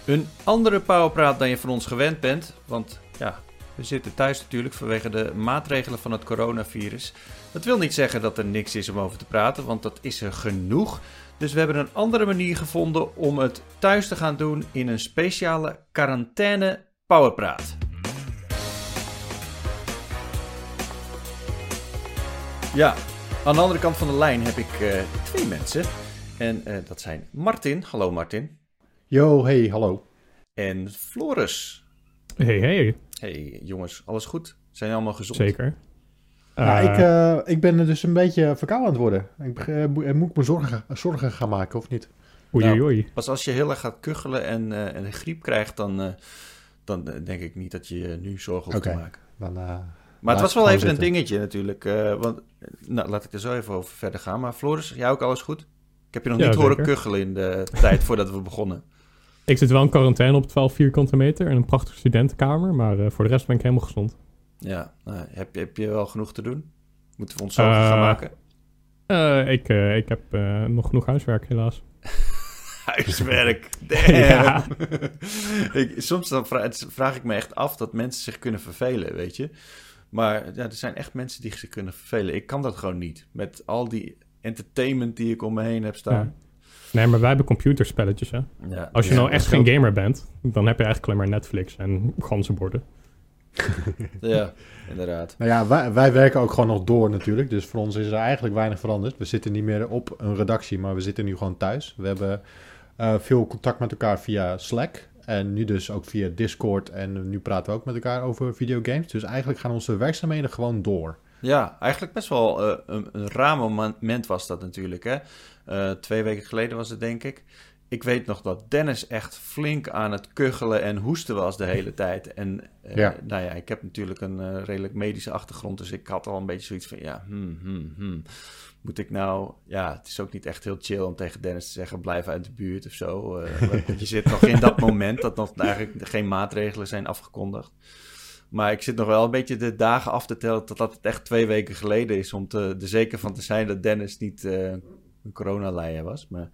Een andere powerpraat dan je van ons gewend bent, want ja, we zitten thuis natuurlijk vanwege de maatregelen van het coronavirus. Dat wil niet zeggen dat er niks is om over te praten, want dat is er genoeg. Dus we hebben een andere manier gevonden om het thuis te gaan doen in een speciale quarantaine powerpraat. Ja, aan de andere kant van de lijn heb ik twee mensen. En dat zijn Martin. Hallo Martin. Yo, hey, hallo. En Floris. Hey. Hey jongens, alles goed? Zijn jullie allemaal gezond? Zeker. Ik ben er dus een beetje verkouden aan het worden. Moet ik me zorgen gaan maken, of niet? Oei. Pas als je heel erg gaat kuchelen en een griep krijgt, dan denk ik niet dat je je nu zorgen hoeft te maken. Maar het was wel even een dingetje natuurlijk. Laat ik er zo even over verder gaan. Maar Floris, jij ook alles goed? Ik heb je nog niet horen kuchelen in de tijd voordat we begonnen. Ik zit wel in quarantaine op 12 vierkante meter en een prachtige studentenkamer. Maar voor de rest ben ik helemaal gezond. Ja, heb je wel genoeg te doen? Moeten we ons zorgen gaan maken? Ik heb nog genoeg huiswerk, helaas. Huiswerk, damn. Ja. Soms dan vraag ik me echt af dat mensen zich kunnen vervelen, weet je. Maar ja, er zijn echt mensen die zich kunnen vervelen. Ik kan dat gewoon niet. Met al die entertainment die ik om me heen heb staan. Ja. Nee, maar wij hebben computerspelletjes, hè. Ja, als je nou echt geen gamer bent, dan heb je eigenlijk alleen maar Netflix en ganzenborden. Ja, inderdaad. Nou ja, wij werken ook gewoon nog door natuurlijk. Dus voor ons is er eigenlijk weinig veranderd. We zitten niet meer op een redactie, maar we zitten nu gewoon thuis. We hebben veel contact met elkaar via Slack. En nu dus ook via Discord. En nu praten we ook met elkaar over videogames. Dus eigenlijk gaan onze werkzaamheden gewoon door. Ja, eigenlijk best wel een raar moment was dat natuurlijk. Hè? 2 weken geleden was het, denk ik. Ik weet nog dat Dennis echt flink aan het kuchelen en hoesten was de hele tijd. En nou ja, ik heb natuurlijk een redelijk medische achtergrond. Dus ik had al een beetje zoiets van, moet ik nou... Ja, het is ook niet echt heel chill om tegen Dennis te zeggen, blijf uit de buurt of zo. Want je zit nog in dat moment dat nog eigenlijk geen maatregelen zijn afgekondigd. Maar ik zit nog wel een beetje de dagen af te tellen totdat het echt 2 weken geleden is om er zeker van te zijn dat Dennis niet een coronaleier was. Maar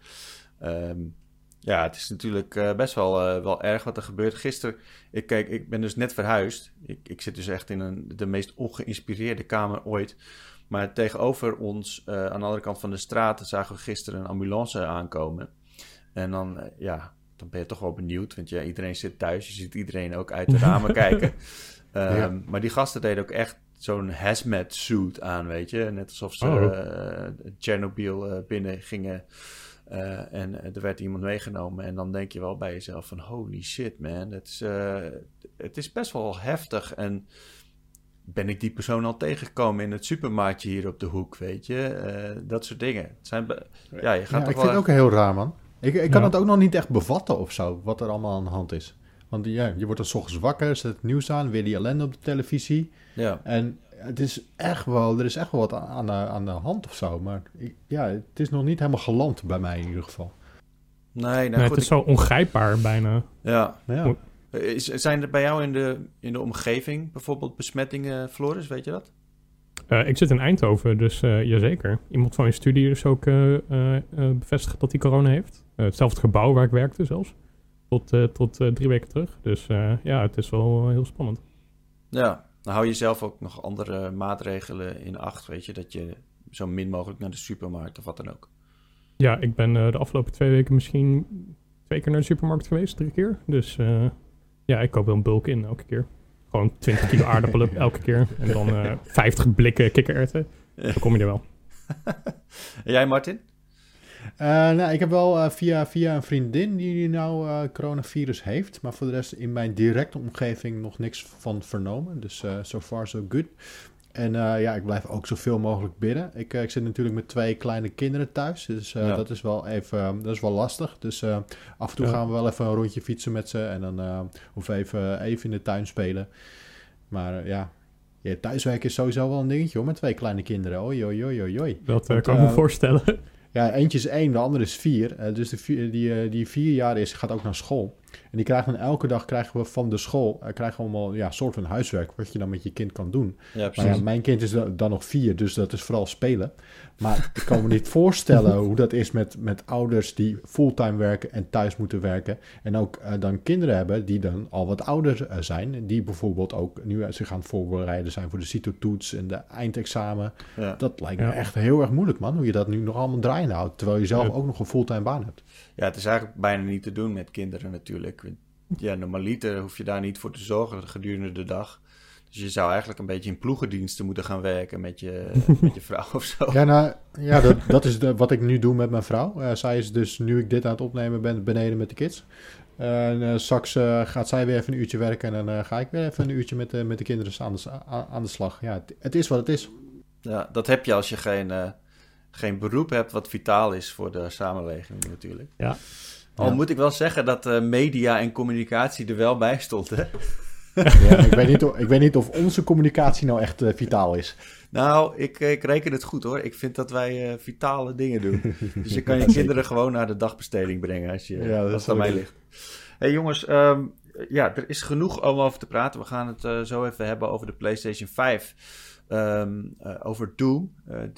ja, het is natuurlijk best wel erg wat er gebeurt. Gisteren, ik ben dus net verhuisd. Ik zit dus echt in de meest ongeïnspireerde kamer ooit. Maar tegenover ons, aan de andere kant van de straat, zagen we gisteren een ambulance aankomen. En dan, dan ben je toch wel benieuwd, want ja, iedereen zit thuis. Je ziet iedereen ook uit de ramen kijken. Maar die gasten deden ook echt zo'n hazmat suit aan, weet je. Net alsof ze Chernobyl binnen gingen en er werd iemand meegenomen. En dan denk je wel bij jezelf van holy shit man, het is best wel heftig. En ben ik die persoon al tegengekomen in het supermarktje hier op de hoek, weet je. Dat soort dingen. Ik vind het ook heel raar, man. Ik kan het ook nog niet echt bevatten of zo, wat er allemaal aan de hand is. Want je wordt er 's ochtends wakker, zet het nieuws aan, weer die ellende op de televisie. Ja. En er is echt wel wat aan de hand of zo. Maar het is nog niet helemaal geland bij mij in ieder geval. Nee, goed, het is zo ongrijpbaar bijna. Ja. Zijn er bij jou in de omgeving bijvoorbeeld besmettingen, Floris, weet je dat? Ik zit in Eindhoven, dus jazeker. Iemand van je studie is ook bevestigd dat hij corona heeft. Hetzelfde gebouw waar ik werkte zelfs. Tot 3 weken terug. Dus het is wel heel spannend. Ja, dan hou je zelf ook nog andere maatregelen in acht, weet je? Dat je zo min mogelijk naar de supermarkt of wat dan ook. Ja, ik ben de afgelopen 2 weken misschien 2 keer naar de supermarkt geweest, 3 keer. Dus ik koop wel een bulk in elke keer. Gewoon 20 kilo aardappelen elke keer. En dan 50 blikken kikkererwten. Dan kom je er wel. En jij, Martin? Ik heb wel via een vriendin die nou coronavirus heeft. Maar voor de rest in mijn directe omgeving nog niks van vernomen. Dus so far so good. En ik blijf ook zoveel mogelijk binnen. Ik zit natuurlijk met 2 kleine kinderen thuis. Dus dat is wel lastig. Dus af en toe gaan we wel even een rondje fietsen met ze. En dan of even in de tuin spelen. Maar thuiswerken is sowieso wel een dingetje hoor. Met 2 kleine kinderen. Oei. Dat kan ik me voorstellen. Ja, eentje is 1, de andere is 4. Dus die 4 jaar gaat ook naar school. En die krijgen dan elke dag krijgen we van de school krijgen we allemaal soort van huiswerk wat je dan met je kind kan doen. Ja, Maar ja, mijn kind is dan nog 4, dus dat is vooral spelen. Maar ik kan me niet voorstellen hoe dat is met ouders die fulltime werken en thuis moeten werken. En ook dan kinderen hebben die dan al wat ouder zijn. Die bijvoorbeeld ook nu zich aan het voorbereiden zijn voor de CITO-toets en de eindexamen. Ja. Dat lijkt me echt heel erg moeilijk, man. Hoe je dat nu nog allemaal draaiende houdt. Terwijl je zelf ook nog een fulltime baan hebt. Ja, het is eigenlijk bijna niet te doen met kinderen natuurlijk. Ja, normaliter hoef je daar niet voor te zorgen gedurende de dag. Dus je zou eigenlijk een beetje in ploegendiensten moeten gaan werken met je vrouw of zo. Ja, dat is wat ik nu doe met mijn vrouw. Zij is dus, nu ik dit aan het opnemen ben, beneden met de kids. En straks gaat zij weer even een uurtje werken en dan ga ik weer even een uurtje met de kinderen aan de slag. Ja, het is wat het is. Ja, dat heb je als je geen beroep hebt wat vitaal is voor de samenleving natuurlijk. Ja. Al moet ik wel zeggen dat media en communicatie er wel bij stond, hè? Ja, ik weet niet of onze communicatie nou echt vitaal is. Nou, ik reken het goed hoor. Ik vind dat wij vitale dingen doen. Dus je kan je kinderen gewoon naar de dagbesteding brengen als het aan mij ligt. Hey jongens, er is genoeg om over te praten. We gaan het zo even hebben over de PlayStation 5. Over Doom,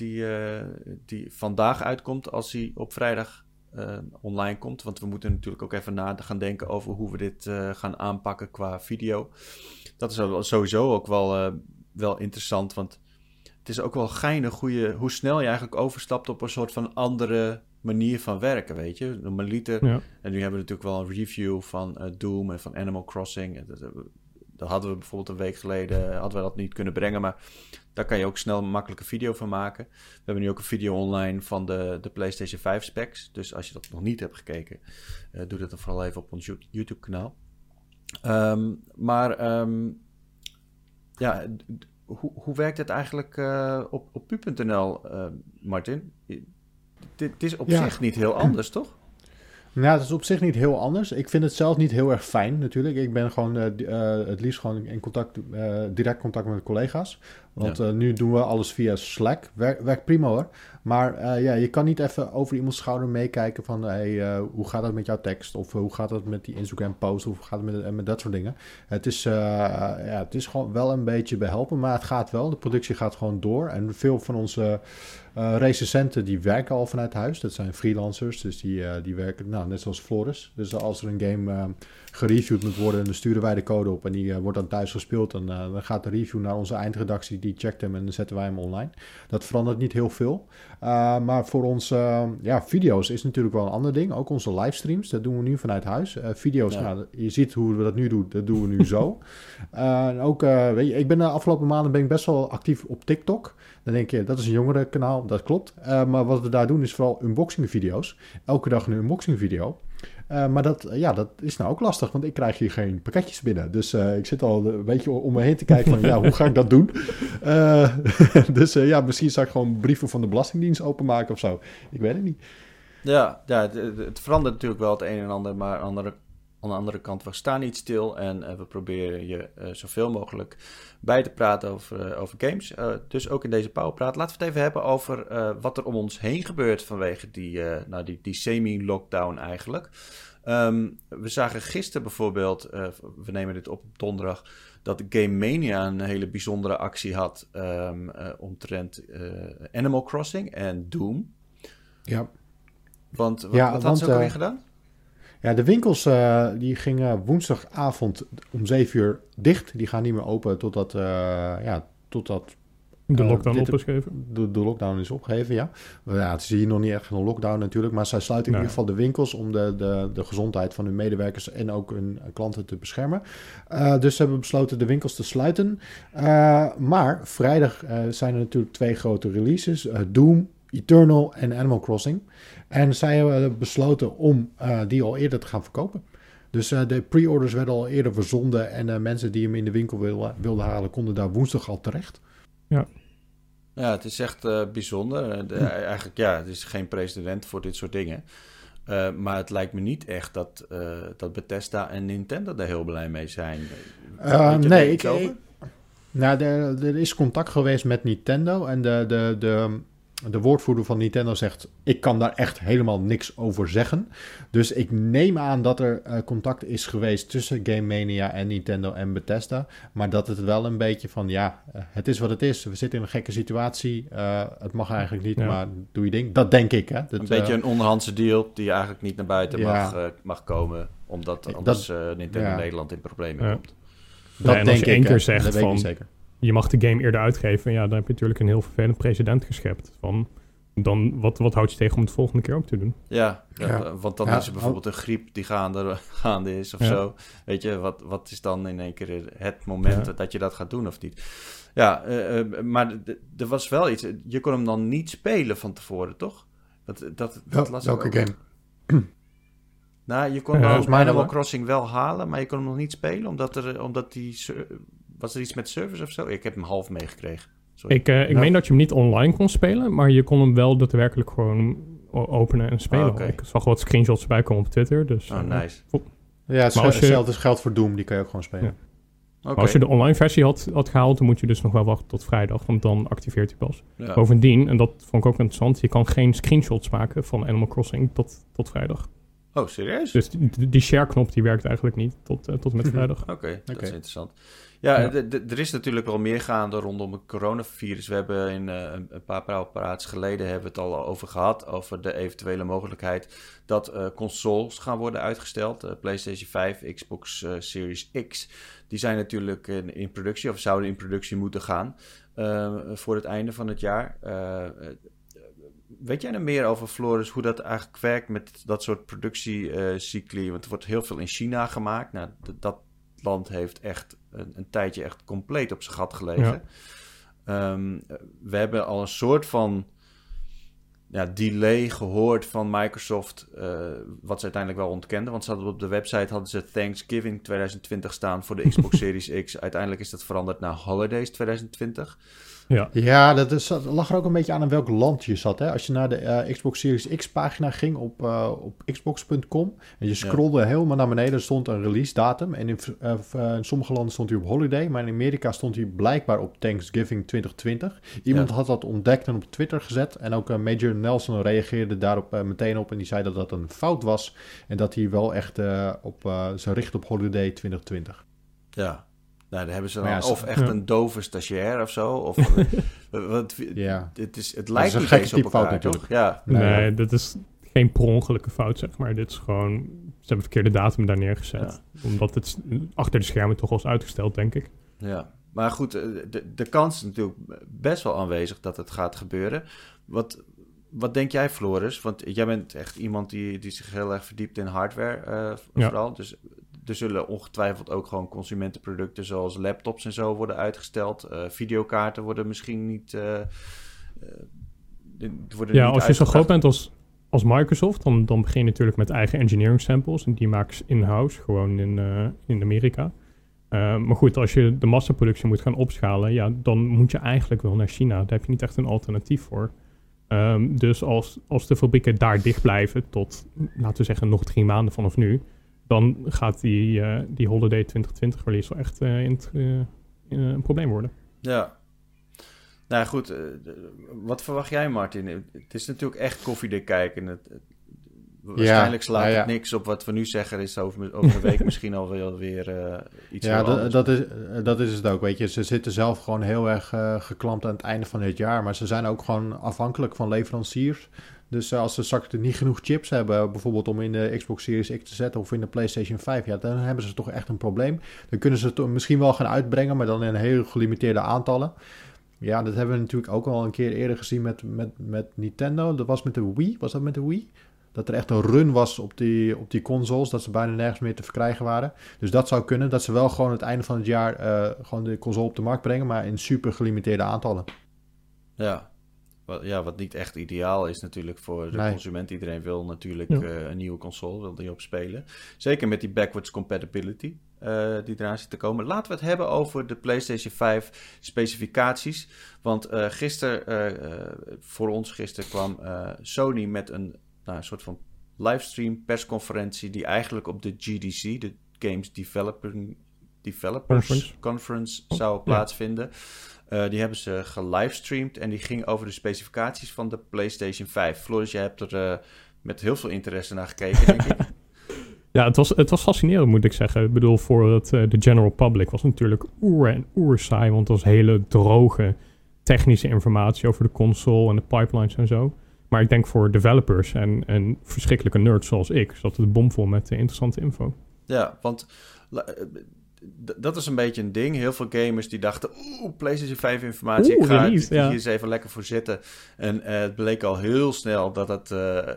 die vandaag uitkomt als hij op vrijdag online komt. Want we moeten natuurlijk ook even gaan denken over hoe we dit gaan aanpakken qua video. Dat is sowieso ook wel interessant, want het is ook wel geinig hoe snel je eigenlijk overstapt op een soort van andere manier van werken, weet je. Normaliter, en nu hebben we natuurlijk wel een review van Doom en van Animal Crossing. Dat hadden we bijvoorbeeld een week geleden, hadden we dat niet kunnen brengen, maar daar kan je ook snel een makkelijke video van maken. We hebben nu ook een video online van de PlayStation 5 specs. Dus als je dat nog niet hebt gekeken, doe dat dan vooral even op ons YouTube-kanaal. Hoe werkt het eigenlijk op pu.nl, Martin? Dit is op zich niet heel anders, toch? Nou, het is op zich niet heel anders. Ik vind het zelf niet heel erg fijn natuurlijk. Ik ben gewoon het liefst gewoon in direct contact met collega's. Want nu doen we alles via Slack. Werkt prima hoor. Maar je kan niet even over iemands schouder meekijken van hoe gaat het met jouw tekst? Of hoe gaat het met die Instagram post? Of hoe gaat het met dat soort dingen? Het is gewoon wel een beetje behelpen, maar het gaat wel. De productie gaat gewoon door. En veel van onze recensenten die werken al vanuit huis. Dat zijn freelancers, dus die werken net zoals Floris. Dus als er een game gereviewd moet worden, dan sturen wij de code op en die wordt dan thuis gespeeld. En dan gaat de review naar onze eindredactie, die checkt hem en dan zetten wij hem online. Dat verandert niet heel veel. Maar voor onze video's is natuurlijk wel een ander ding. Ook onze livestreams, dat doen we nu vanuit huis. Video's, je ziet hoe we dat nu doen, dat doen we nu zo. En ook, ik ben de afgelopen maanden best wel actief op TikTok. Dan denk je, dat is een jongere kanaal, dat klopt. Maar wat we daar doen is vooral unboxing video's. Elke dag een unboxing video. Maar dat is nou ook lastig, want ik krijg hier geen pakketjes binnen. Dus ik zit al een beetje om me heen te kijken van, hoe ga ik dat doen? Misschien zou ik gewoon brieven van de Belastingdienst openmaken of zo. Ik weet het niet. Ja, het verandert natuurlijk wel het een en ander, maar aan de andere kant, we staan niet stil en we proberen je zoveel mogelijk bij te praten over games. Dus ook in deze Powerpraat. Laten we het even hebben over wat er om ons heen gebeurt vanwege die semi-lockdown eigenlijk. We zagen gisteren bijvoorbeeld, we nemen dit op donderdag, dat Game Mania een hele bijzondere actie had omtrent Animal Crossing en Doom. Ja. Want wat had ze ook alweer gedaan? Ja, de winkels die gingen woensdagavond om 7 uur dicht. Die gaan niet meer open totdat de lockdown opgegeven. De lockdown is opgegeven, ja. Het is hier nog niet echt een lockdown natuurlijk, maar zij sluiten in ieder geval de winkels om de gezondheid van hun medewerkers en ook hun klanten te beschermen. Dus ze hebben besloten de winkels te sluiten. Maar vrijdag zijn er natuurlijk 2 grote releases. Doom, Eternal en Animal Crossing. En zij hebben besloten om die al eerder te gaan verkopen. Dus de pre-orders werden al eerder verzonden en mensen die hem in de winkel wilden halen, konden daar woensdag al terecht. Ja. Ja, het is echt bijzonder. Eigenlijk, het is geen precedent voor dit soort dingen. Maar het lijkt me niet echt dat Bethesda en Nintendo er heel blij mee zijn. Er is contact geweest met Nintendo en de woordvoerder van Nintendo zegt, ik kan daar echt helemaal niks over zeggen. Dus ik neem aan dat er contact is geweest tussen Game Mania en Nintendo en Bethesda. Maar dat het wel een beetje van, het is wat het is. We zitten in een gekke situatie. Het mag eigenlijk niet, maar doe je ding. Dat denk ik, hè. Een beetje een onderhandse deal die eigenlijk niet naar buiten mag komen. Omdat anders Nintendo Nederland in problemen komt. Dat denk ik. Als je één keer zegt van, je mag de game eerder uitgeven, dan heb je natuurlijk een heel vervelend precedent geschept. Van, dan, wat houdt je tegen om het volgende keer ook te doen? Ja. Want dan is er bijvoorbeeld een griep die gaande is of zo. Weet je, wat is dan in één keer het moment dat je dat gaat doen of niet? Ja, maar er was wel iets. Je kon hem dan niet spelen van tevoren, toch? Welke game? Nou, je kon Animal Crossing wel halen, maar je kon hem nog niet spelen, omdat die... Was er iets met servers of zo? Ik heb hem half meegekregen. Ik meen dat je hem niet online kon spelen, maar je kon hem wel daadwerkelijk gewoon openen en spelen. Okay. Ik zag wat screenshots erbij komen op Twitter. Dus, nice. Hetzelfde geldt voor Doom, die kan je ook gewoon spelen. Ja. Okay. Maar als je de online versie had gehaald, dan moet je dus nog wel wachten tot vrijdag, want dan activeert hij pas. Ja. Bovendien, en dat vond ik ook interessant, je kan geen screenshots maken van Animal Crossing tot vrijdag. Oh, serieus? Dus die share-knop die werkt eigenlijk niet tot met vrijdag. Oké, dat is interessant. Ja, er is natuurlijk wel meer gaande rondom het coronavirus. We hebben een paar praats geleden hebben we het al over gehad, over de eventuele mogelijkheid dat consoles gaan worden uitgesteld. PlayStation 5, Xbox Series X, die zijn natuurlijk in productie, of zouden in productie moeten gaan voor het einde van het jaar. Weet jij er meer over, Floris, hoe dat eigenlijk werkt met dat soort productiecycli? Want er wordt heel veel in China gemaakt. Nou, dat land heeft echt een tijdje echt compleet op zijn gat gelegen. Ja. We hebben al een soort van delay gehoord van Microsoft, wat ze uiteindelijk wel ontkenden. Want ze hadden op de website hadden ze Thanksgiving 2020 staan voor de Xbox Series X. Uiteindelijk is dat veranderd naar Holidays 2020. Ja, dat lag er ook een beetje aan welk land je zat. Hè? Als je naar de Xbox Series X pagina ging op xbox.com en je scrollde helemaal naar beneden, stond een release datum. En in sommige landen stond hij op holiday, maar in Amerika stond hij blijkbaar op Thanksgiving 2020. Iemand had dat ontdekt en op Twitter gezet. En ook Major Nelson reageerde daarop meteen op en die zei dat dat een fout was. En dat hij wel echt zijn richt op holiday 2020. Ja. Nou, daar hebben ze dan of echt een dove stagiair of zo. Of, het lijkt niet eens op elkaar, natuurlijk. Ja. Nee, dat is geen per ongelukke fout, zeg maar. Dit is gewoon... Ze hebben verkeerde datum daar neergezet. Ja. Omdat het achter de schermen toch was uitgesteld, denk ik. Ja, maar goed, de kans is natuurlijk best wel aanwezig dat het gaat gebeuren. Wat denk jij, Floris? Want jij bent echt iemand die zich heel erg verdiept in hardware vooral. Dus... Er zullen ongetwijfeld ook gewoon consumentenproducten zoals laptops en zo worden uitgesteld. Videokaarten worden misschien niet... als je zo groot bent als Microsoft, dan begin je natuurlijk met eigen engineering samples. En die maken ze in-house, gewoon in Amerika. Maar goed, als je de massaproductie moet gaan opschalen, dan moet je eigenlijk wel naar China. Daar heb je niet echt een alternatief voor. Dus als de fabrieken daar dicht blijven tot, laten we zeggen, nog 3 maanden vanaf nu, dan gaat die Holiday 2020 release wel echt een probleem worden. Ja. Nou goed, wat verwacht jij, Martin? Het is natuurlijk echt koffiedik kijken. Waarschijnlijk slaat het niks op wat we nu zeggen. Is over een week misschien alweer iets anders. Dat is het ook, weet je. Ze zitten zelf gewoon heel erg geklampt aan het einde van het jaar. Maar ze zijn ook gewoon afhankelijk van leveranciers. Dus als ze straks niet genoeg chips hebben, bijvoorbeeld om in de Xbox Series X te zetten of in de PlayStation 5, dan hebben ze toch echt een probleem. Dan kunnen ze het misschien wel gaan uitbrengen, maar dan in heel gelimiteerde aantallen. Ja, dat hebben we natuurlijk ook al een keer eerder gezien met Nintendo. Dat was met de Wii. Was dat met de Wii? Dat er echt een run was op die consoles, dat ze bijna nergens meer te verkrijgen waren. Dus dat zou kunnen, dat ze wel gewoon het einde van het jaar gewoon de console op de markt brengen, maar in super gelimiteerde aantallen. Ja, wat niet echt ideaal is natuurlijk voor de consument. Iedereen wil natuurlijk een nieuwe console, wil die op spelen. Zeker met die backwards compatibility die eraan zit te komen. Laten we het hebben over de PlayStation 5 specificaties. Want gisteren kwam Sony met een soort van livestream persconferentie die eigenlijk op de GDC, de Games Developers Conference zou plaatsvinden. Die hebben ze gelivestreamd en die ging over de specificaties van de PlayStation 5. Floris, jij hebt er met heel veel interesse naar gekeken, denk ik. Ja, het was fascinerend, moet ik zeggen. Ik bedoel, voor de general public was het natuurlijk oer saai, want het was hele droge technische informatie over de console en de pipelines en zo. Maar ik denk voor developers en verschrikkelijke nerds zoals ik, zat het bomvol met interessante info. Ja, want dat is een beetje een ding. Heel veel gamers die dachten, PlayStation 5 informatie, ik ga hier eens even lekker voor zitten. En het bleek al heel snel dat het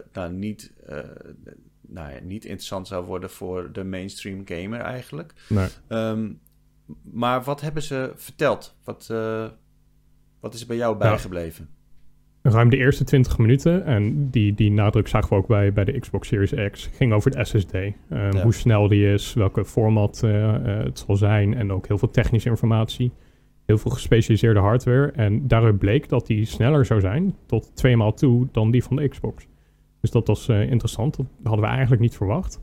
niet interessant zou worden voor de mainstream gamer eigenlijk. Nee. Maar wat hebben ze verteld? Wat is er bij jou bijgebleven? Ruim de eerste 20 minuten, en die nadruk zagen we ook bij de Xbox Series X, ging over de SSD. Hoe snel die is, welke format het zal zijn en ook heel veel technische informatie. Heel veel gespecialiseerde hardware. En daaruit bleek dat die sneller zou zijn, tot 2 maal toe, dan die van de Xbox. Dus dat was interessant, dat hadden we eigenlijk niet verwacht.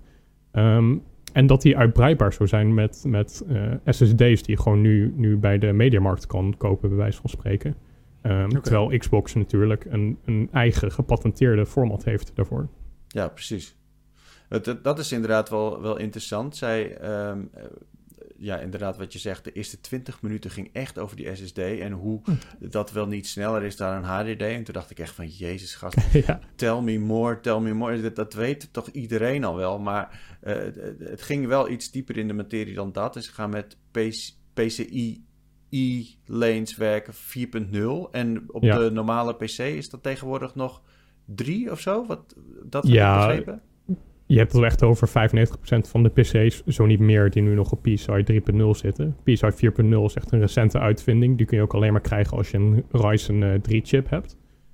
En dat die uitbreidbaar zou zijn met SSD's die je gewoon nu bij de Mediamarkt kan kopen, bij wijze van spreken. Terwijl Xbox natuurlijk een eigen gepatenteerde format heeft daarvoor. Ja, precies. Dat is inderdaad wel interessant. Zij, inderdaad wat je zegt, de eerste 20 minuten ging echt over die SSD en hoe dat wel niet sneller is dan een HDD. En toen dacht ik echt van, jezus gast, tell me more. Dat weet toch iedereen al wel, maar het ging wel iets dieper in de materie dan dat. Dus ze gaan met PCIe lanes werken 4.0 en op de normale PC is dat tegenwoordig nog 3 of zo? Dat heb ik begrepen? Je hebt het echt over 95% van de PC's, zo niet meer, die nu nog op PCI 3.0 zitten. PCI 4.0 is echt een recente uitvinding. Die kun je ook alleen maar krijgen als je een Ryzen 3 chip hebt.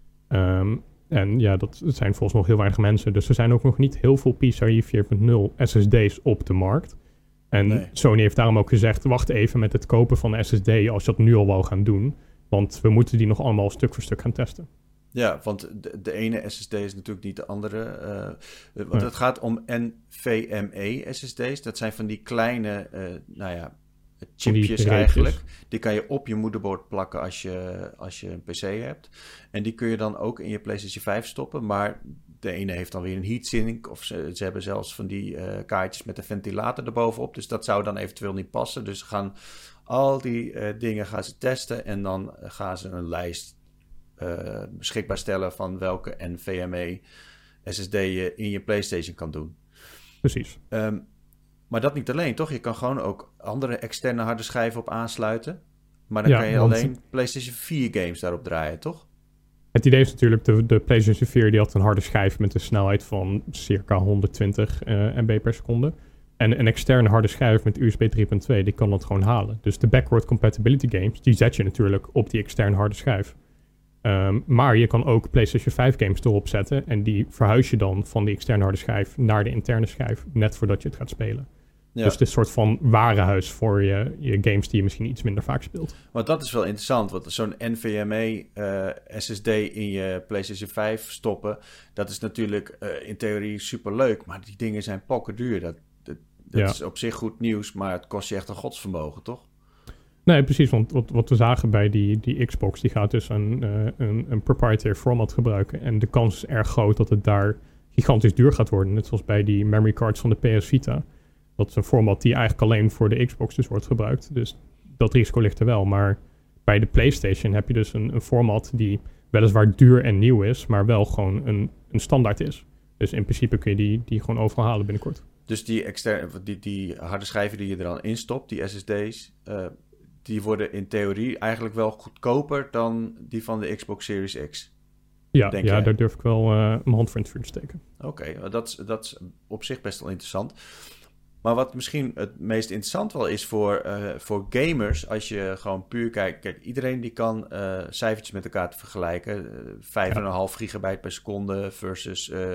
En ja, dat zijn volgens nog heel weinig mensen. Dus er zijn ook nog niet heel veel PCI 4.0 SSD's op de markt. En Sony heeft daarom ook gezegd, wacht even met het kopen van een SSD als je dat nu al wou gaan doen. Want we moeten die nog allemaal stuk voor stuk gaan testen. Ja, want de ene SSD is natuurlijk niet de andere. Want het gaat om NVMe SSD's. Dat zijn van die kleine, chipjes eigenlijk. Die kan je op je moederbord plakken als je een PC hebt. En die kun je dan ook in je PlayStation 5 stoppen. Maar de ene heeft dan weer een heatsink. Of ze hebben zelfs van die kaartjes met een ventilator erbovenop. Dus dat zou dan eventueel niet passen. Dus ze gaan al die dingen gaan ze testen. En dan gaan ze een lijst beschikbaar stellen van welke NVMe SSD je in je PlayStation kan doen. Precies. Maar dat niet alleen, toch? Je kan gewoon ook andere externe harde schijven op aansluiten. Maar dan kan je alleen PlayStation 4 games daarop draaien, toch? Het idee is natuurlijk, de PlayStation 4 die had een harde schijf met een snelheid van circa 120 MB per seconde. En een externe harde schijf met USB 3.2, die kan dat gewoon halen. Dus de backward compatibility games, die zet je natuurlijk op die externe harde schijf. Maar je kan ook PlayStation 5 games erop zetten en die verhuis je dan van die externe harde schijf naar de interne schijf, net voordat je het gaat spelen. Ja. Dus het is een soort van warenhuis voor je games die je misschien iets minder vaak speelt. Maar dat is wel interessant, want zo'n NVMe SSD in je PlayStation 5 stoppen, dat is natuurlijk in theorie superleuk, maar die dingen zijn pokkenduur. Dat is op zich goed nieuws, maar het kost je echt een godsvermogen, toch? Nee, precies, want wat we zagen bij die Xbox, die gaat dus een proprietary format gebruiken. En de kans is erg groot dat het daar gigantisch duur gaat worden. Net zoals bij die memory cards van de PS Vita. Dat is een format die eigenlijk alleen voor de Xbox dus wordt gebruikt. Dus dat risico ligt er wel. Maar bij de PlayStation heb je dus een format die weliswaar duur en nieuw is, maar wel gewoon een standaard is. Dus in principe kun je die gewoon overal halen binnenkort. Dus die harde schijven die je er dan instopt, die SSD's, die worden in theorie eigenlijk wel goedkoper dan die van de Xbox Series X. Ja, daar durf ik wel mijn hand voor in het vuur te steken. Oké, dat is op zich best wel interessant. Maar wat misschien het meest interessant wel is voor gamers, als je gewoon puur kijkt. Kijk, iedereen die kan cijfertjes met elkaar te vergelijken. 5,5 gigabyte per seconde versus 2,8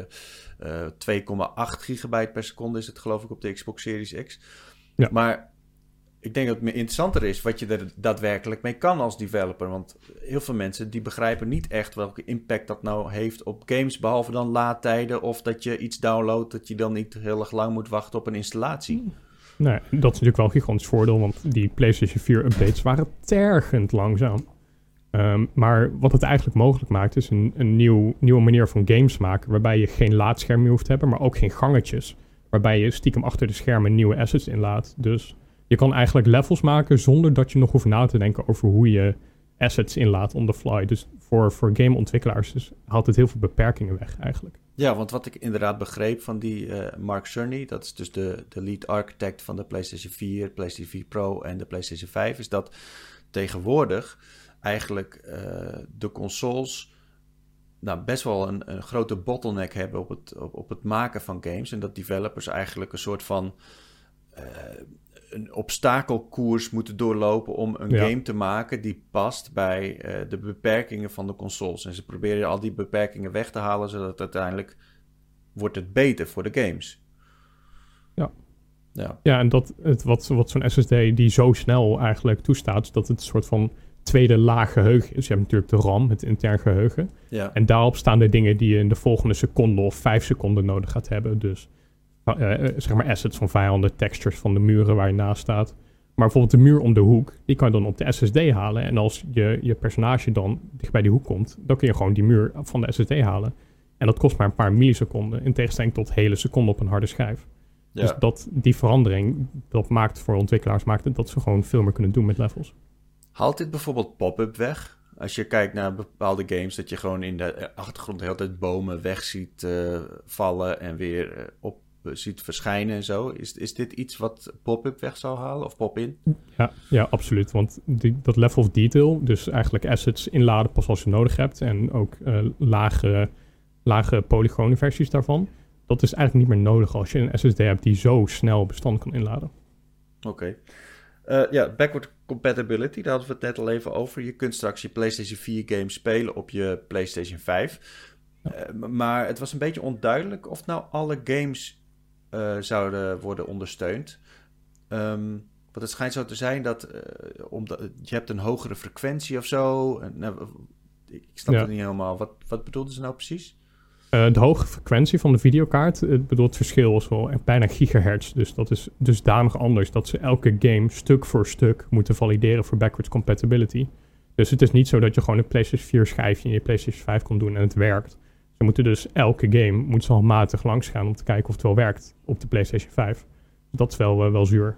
gigabyte per seconde is het geloof ik op de Xbox Series X. Ja. Maar ik denk dat het meer interessanter is wat je er daadwerkelijk mee kan als developer. Want heel veel mensen die begrijpen niet echt welke impact dat nou heeft op games. Behalve dan laadtijden of dat je iets downloadt dat je dan niet heel erg lang moet wachten op een installatie. Nee, dat is natuurlijk wel een gigantisch voordeel, want die PlayStation 4 updates waren tergend langzaam. Maar wat het eigenlijk mogelijk maakt, is een nieuwe manier van games maken, waarbij je geen laadscherm meer hoeft te hebben, maar ook geen gangetjes. Waarbij je stiekem achter de schermen nieuwe assets inlaat. Dus je kan eigenlijk levels maken zonder dat je nog hoeft na te denken over hoe je assets inlaat on the fly. Dus voor gameontwikkelaars dus haalt het heel veel beperkingen weg eigenlijk. Ja, want wat ik inderdaad begreep van die Mark Cerny, dat is dus de lead architect van de PlayStation 4, PlayStation 4 Pro en de PlayStation 5, is dat tegenwoordig eigenlijk de consoles best wel een grote bottleneck hebben op het maken van games. En dat developers eigenlijk een soort van een obstakelkoers moeten doorlopen om een game te maken die past bij de beperkingen van de consoles. En ze proberen al die beperkingen weg te halen, zodat uiteindelijk wordt het beter voor de games. Ja, en wat zo'n SSD die zo snel eigenlijk toestaat, dat het een soort van tweede laag geheugen is. Je hebt natuurlijk de RAM, het intern geheugen. Ja. En daarop staan de dingen die je in de volgende seconde of 5 seconden nodig gaat hebben. Dus zeg maar assets van vijanden, textures van de muren waar je naast staat. Maar bijvoorbeeld de muur om de hoek, die kan je dan op de SSD halen. En als je personage dan dicht bij die hoek komt, dan kun je gewoon die muur van de SSD halen. En dat kost maar een paar milliseconden, in tegenstelling tot hele seconden op een harde schijf. Ja. Dus die verandering, dat maakt voor ontwikkelaars dat ze gewoon veel meer kunnen doen met levels. Haalt dit bijvoorbeeld pop-up weg? Als je kijkt naar bepaalde games, dat je gewoon in de achtergrond de hele tijd bomen weg ziet vallen en weer op ziet verschijnen en zo. Is dit iets wat pop-up weg zou halen of pop-in? Ja, absoluut. Want dat level of detail, dus eigenlijk assets inladen pas als je nodig hebt en ook lage polygone versies daarvan, dat is eigenlijk niet meer nodig als je een SSD hebt die zo snel bestand kan inladen. Oké. Backward compatibility, daar hadden we het net al even over. Je kunt straks je PlayStation 4 games spelen op je PlayStation 5. Ja. Maar het was een beetje onduidelijk of nou alle games zouden worden ondersteund. Want het schijnt zo te zijn dat omdat je hebt een hogere frequentie of zo. Ik snap het niet helemaal. Wat bedoelden ze nou precies? De hoge frequentie van de videokaart, het verschil is wel bijna gigahertz. Dus dat is dusdanig anders dat ze elke game stuk voor stuk moeten valideren voor backwards compatibility. Dus het is niet zo dat je gewoon een PlayStation 4 schijfje in je PlayStation 5 kon doen en het werkt. Ze moeten dus elke game handmatig langs gaan om te kijken of het wel werkt op de PlayStation 5. Dat is wel zuur.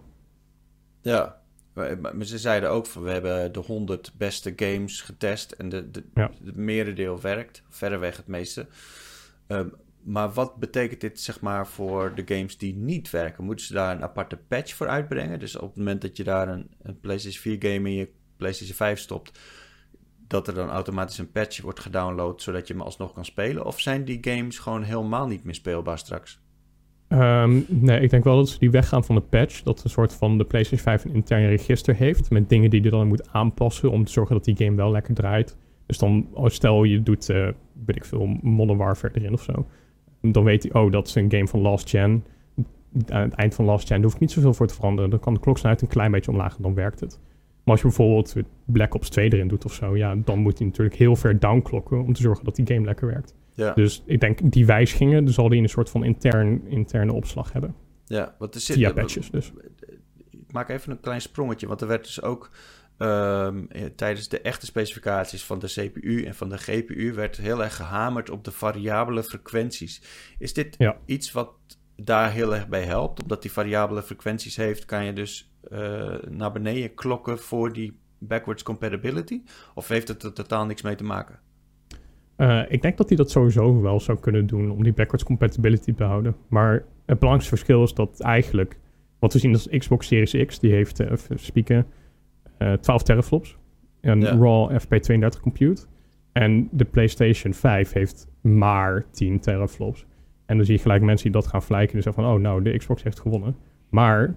Ja, maar ze zeiden ook van we hebben de 100 beste games getest en de merendeel werkt, verreweg het meeste. Maar wat betekent dit zeg maar voor de games die niet werken? Moeten ze daar een aparte patch voor uitbrengen? Dus op het moment dat je daar een PlayStation 4 game in je PlayStation 5 stopt, dat er dan automatisch een patch wordt gedownload zodat je hem alsnog kan spelen? Of zijn die games gewoon helemaal niet meer speelbaar straks? Nee, ik denk wel dat ze die weggaan van de patch. Dat een soort van de PlayStation 5 een intern register heeft met dingen die je dan moet aanpassen om te zorgen dat die game wel lekker draait. Dus dan, stel je doet, weet ik veel, Modern Warfare erin of zo. Dan weet hij, dat is een game van last gen. Aan het eind van last gen, daar hoef ik niet zoveel voor te veranderen. Dan kan de kloksnelheid een klein beetje omlaag en dan werkt het. Maar als je bijvoorbeeld Black Ops 2 erin doet of zo, dan moet hij natuurlijk heel ver downklokken om te zorgen dat die game lekker werkt. Ja. Dus ik denk, die wijzigingen, dan zal die een soort van interne opslag hebben. Ja, wat is via patches dus. Ik maak even een klein sprongetje, want er werd dus ook tijdens de echte specificaties van de CPU en van de GPU werd heel erg gehamerd op de variabele frequenties. Is dit iets wat daar heel erg bij helpt? Omdat die variabele frequenties heeft, kan je dus naar beneden klokken voor die backwards compatibility? Of heeft het er totaal niks mee te maken? Ik denk dat hij dat sowieso wel zou kunnen doen om die backwards compatibility te behouden. Maar het belangrijkste verschil is dat eigenlijk, wat we zien als Xbox Series X, die heeft, even spieken, 12 teraflops. En raw FP32 compute. En de PlayStation 5 heeft maar 10 teraflops. En dan zie je gelijk mensen die dat gaan vergelijken en zeggen van, de Xbox heeft gewonnen. Maar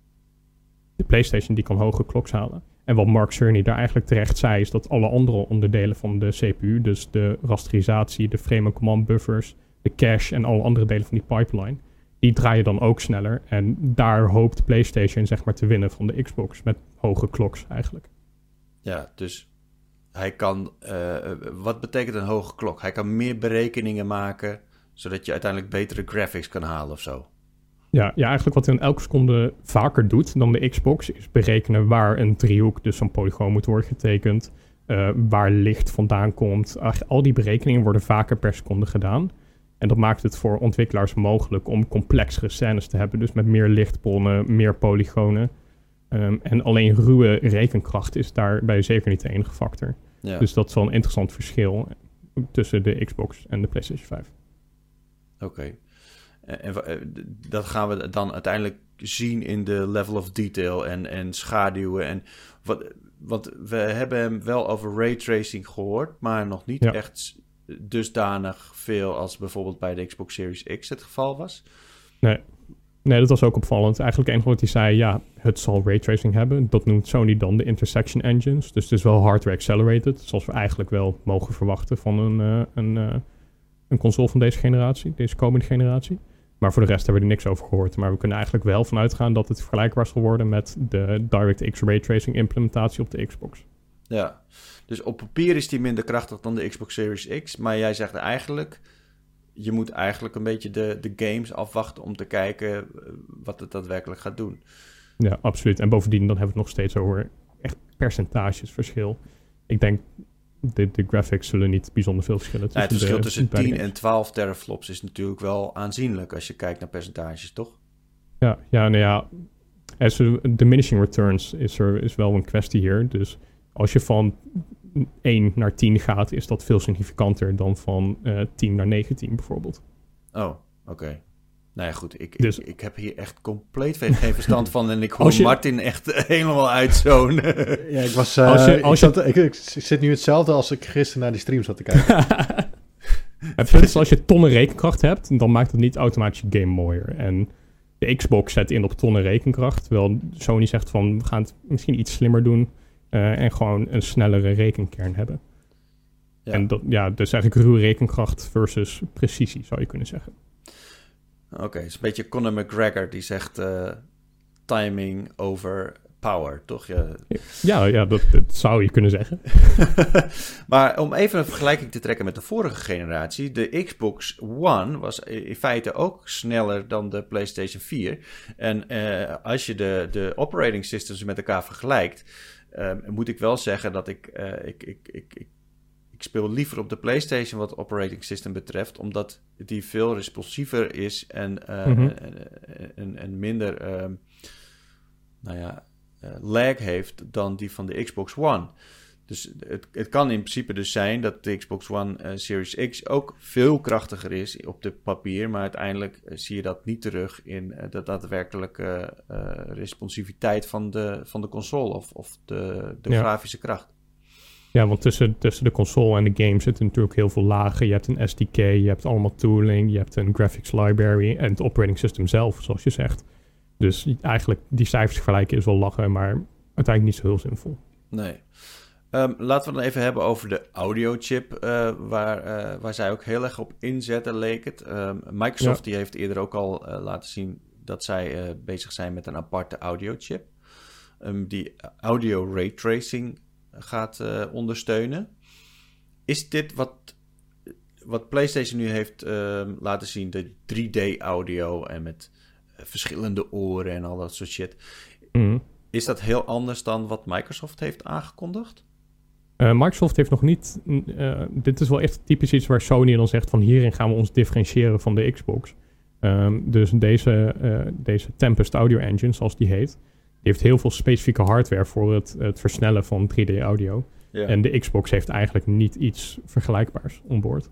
de PlayStation die kan hoge kloks halen. En wat Mark Cerny daar eigenlijk terecht zei, is dat alle andere onderdelen van de CPU, dus de rasterisatie, de frame en command buffers, de cache en alle andere delen van die pipeline, die draaien dan ook sneller. En daar hoopt PlayStation zeg maar te winnen van de Xbox met hoge kloks eigenlijk. Ja, dus hij kan, wat betekent een hoge klok? Hij kan meer berekeningen maken, zodat je uiteindelijk betere graphics kan halen of zo. Ja, eigenlijk wat hij in elke seconde vaker doet dan de Xbox is berekenen waar een driehoek, dus zo'n polygoon, moet worden getekend. Waar licht vandaan komt. Al die berekeningen worden vaker per seconde gedaan. En dat maakt het voor ontwikkelaars mogelijk om complexere scènes te hebben. Dus met meer lichtbronnen, meer polygonen. En alleen ruwe rekenkracht is daarbij zeker niet de enige factor. Ja. Dus dat is wel een interessant verschil tussen de Xbox en de PlayStation 5. Oké. En dat gaan we dan uiteindelijk zien in de level of detail en schaduwen. En want we hebben hem wel over raytracing gehoord, maar nog niet echt dusdanig veel als bijvoorbeeld bij de Xbox Series X het geval was. Nee, dat was ook opvallend. Eigenlijk enige wat hij zei, het zal raytracing hebben. Dat noemt Sony dan de intersection engines. Dus het is wel hardware accelerated, zoals we eigenlijk wel mogen verwachten van een console van deze generatie, deze komende generatie. Maar voor de rest hebben we er niks over gehoord. Maar we kunnen eigenlijk wel vanuit gaan dat het vergelijkbaar zal worden met de DirectX raytracing implementatie op de Xbox. Ja, dus op papier is die minder krachtig dan de Xbox Series X. Maar jij zegt eigenlijk, je moet eigenlijk een beetje de games afwachten om te kijken wat het daadwerkelijk gaat doen. Ja, absoluut. En bovendien dan hebben we het nog steeds over echt percentagesverschil. Ik denk, de graphics zullen niet bijzonder veel verschillen. Het verschil tussen 10 en 12 teraflops is natuurlijk wel aanzienlijk als je kijkt naar percentages, toch? Diminishing returns is wel een kwestie hier. Dus als je van 1 naar 10 gaat, is dat veel significanter dan van 10 naar 19 bijvoorbeeld. Oh, oké. Nou ja, goed. Ik heb hier echt compleet geen verstand van. En ik hoor Martin echt helemaal uitzonen. Ja, ik zit nu hetzelfde als ik gisteren naar die stream zat te kijken. Het punt is, als je tonnen rekenkracht hebt, dan maakt het niet automatisch je game mooier. En de Xbox zet in op tonnen rekenkracht. Terwijl Sony zegt van, we gaan het misschien iets slimmer doen. En gewoon een snellere rekenkern hebben. Ja. En dus eigenlijk ruwe rekenkracht versus precisie, zou je kunnen zeggen. Oké, het is een beetje Conor McGregor die zegt timing over power, toch? Ja, dat zou je kunnen zeggen. Maar om even een vergelijking te trekken met de vorige generatie, de Xbox One was in feite ook sneller dan de PlayStation 4. En als je de operating systems met elkaar vergelijkt, moet ik wel zeggen dat ik speel liever op de PlayStation wat operating system betreft, omdat die veel responsiever is en minder lag heeft dan die van de Xbox One. Dus het kan in principe dus zijn dat de Xbox One Series X ook veel krachtiger is op de papier, maar uiteindelijk zie je dat niet terug in de daadwerkelijke responsiviteit van de console of de grafische kracht. Ja, want tussen de console en de game zitten natuurlijk heel veel lagen. Je hebt een SDK, je hebt allemaal tooling, je hebt een graphics library en het operating system zelf, zoals je zegt. Dus eigenlijk die cijfers vergelijken is wel lachen, maar uiteindelijk niet zo heel zinvol. Nee. Laten we dan even hebben over de audiochip, waar zij ook heel erg op inzetten, leek het. Microsoft die heeft eerder ook al laten zien dat zij bezig zijn met een aparte audiochip. Die audio raytracing gaat ondersteunen. Is dit wat PlayStation nu heeft laten zien, de 3D-audio en met verschillende oren en al dat soort shit. Mm. Is dat heel anders dan wat Microsoft heeft aangekondigd? Microsoft heeft nog niet... dit is wel echt typisch iets waar Sony dan zegt van hierin gaan we ons differentiëren van de Xbox. Dus deze Tempest Audio Engine, zoals die heet, die heeft heel veel specifieke hardware voor het versnellen van 3D-audio. Yeah. En de Xbox heeft eigenlijk niet iets vergelijkbaars onboord.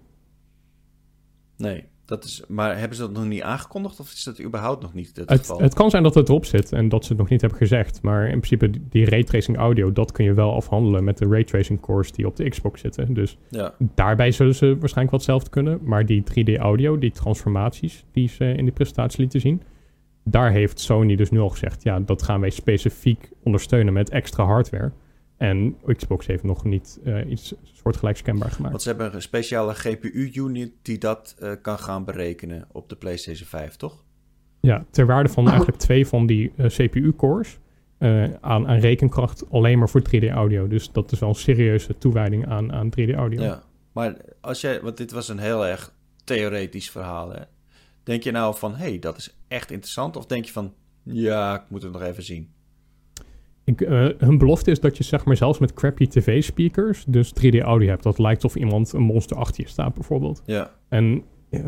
Nee, maar hebben ze dat nog niet aangekondigd of is dat überhaupt nog niet het geval? Het kan zijn dat het erop zit en dat ze het nog niet hebben gezegd. Maar in principe die raytracing audio, dat kun je wel afhandelen met de raytracing cores die op de Xbox zitten. Dus daarbij zullen ze waarschijnlijk wat hetzelfde kunnen. Maar die 3D-audio, die transformaties die ze in die presentatie lieten zien, daar heeft Sony dus nu al gezegd, ja, dat gaan wij specifiek ondersteunen met extra hardware. En Xbox heeft nog niet iets soortgelijks kenbaar gemaakt. Want ze hebben een speciale GPU-unit die dat kan gaan berekenen op de PlayStation 5, toch? Ja, ter waarde van eigenlijk 2 van die CPU-cores aan rekenkracht alleen maar voor 3D-audio. Dus dat is wel een serieuze toewijding aan 3D-audio. Ja, maar want dit was een heel erg theoretisch verhaal, hè? Denk je nou van, dat is echt interessant? Of denk je van, ja, ik moet het nog even zien? Hun belofte is dat je zeg maar zelfs met crappy tv-speakers dus 3D audio hebt. Dat lijkt of iemand een monster achter je staat bijvoorbeeld. Ja. En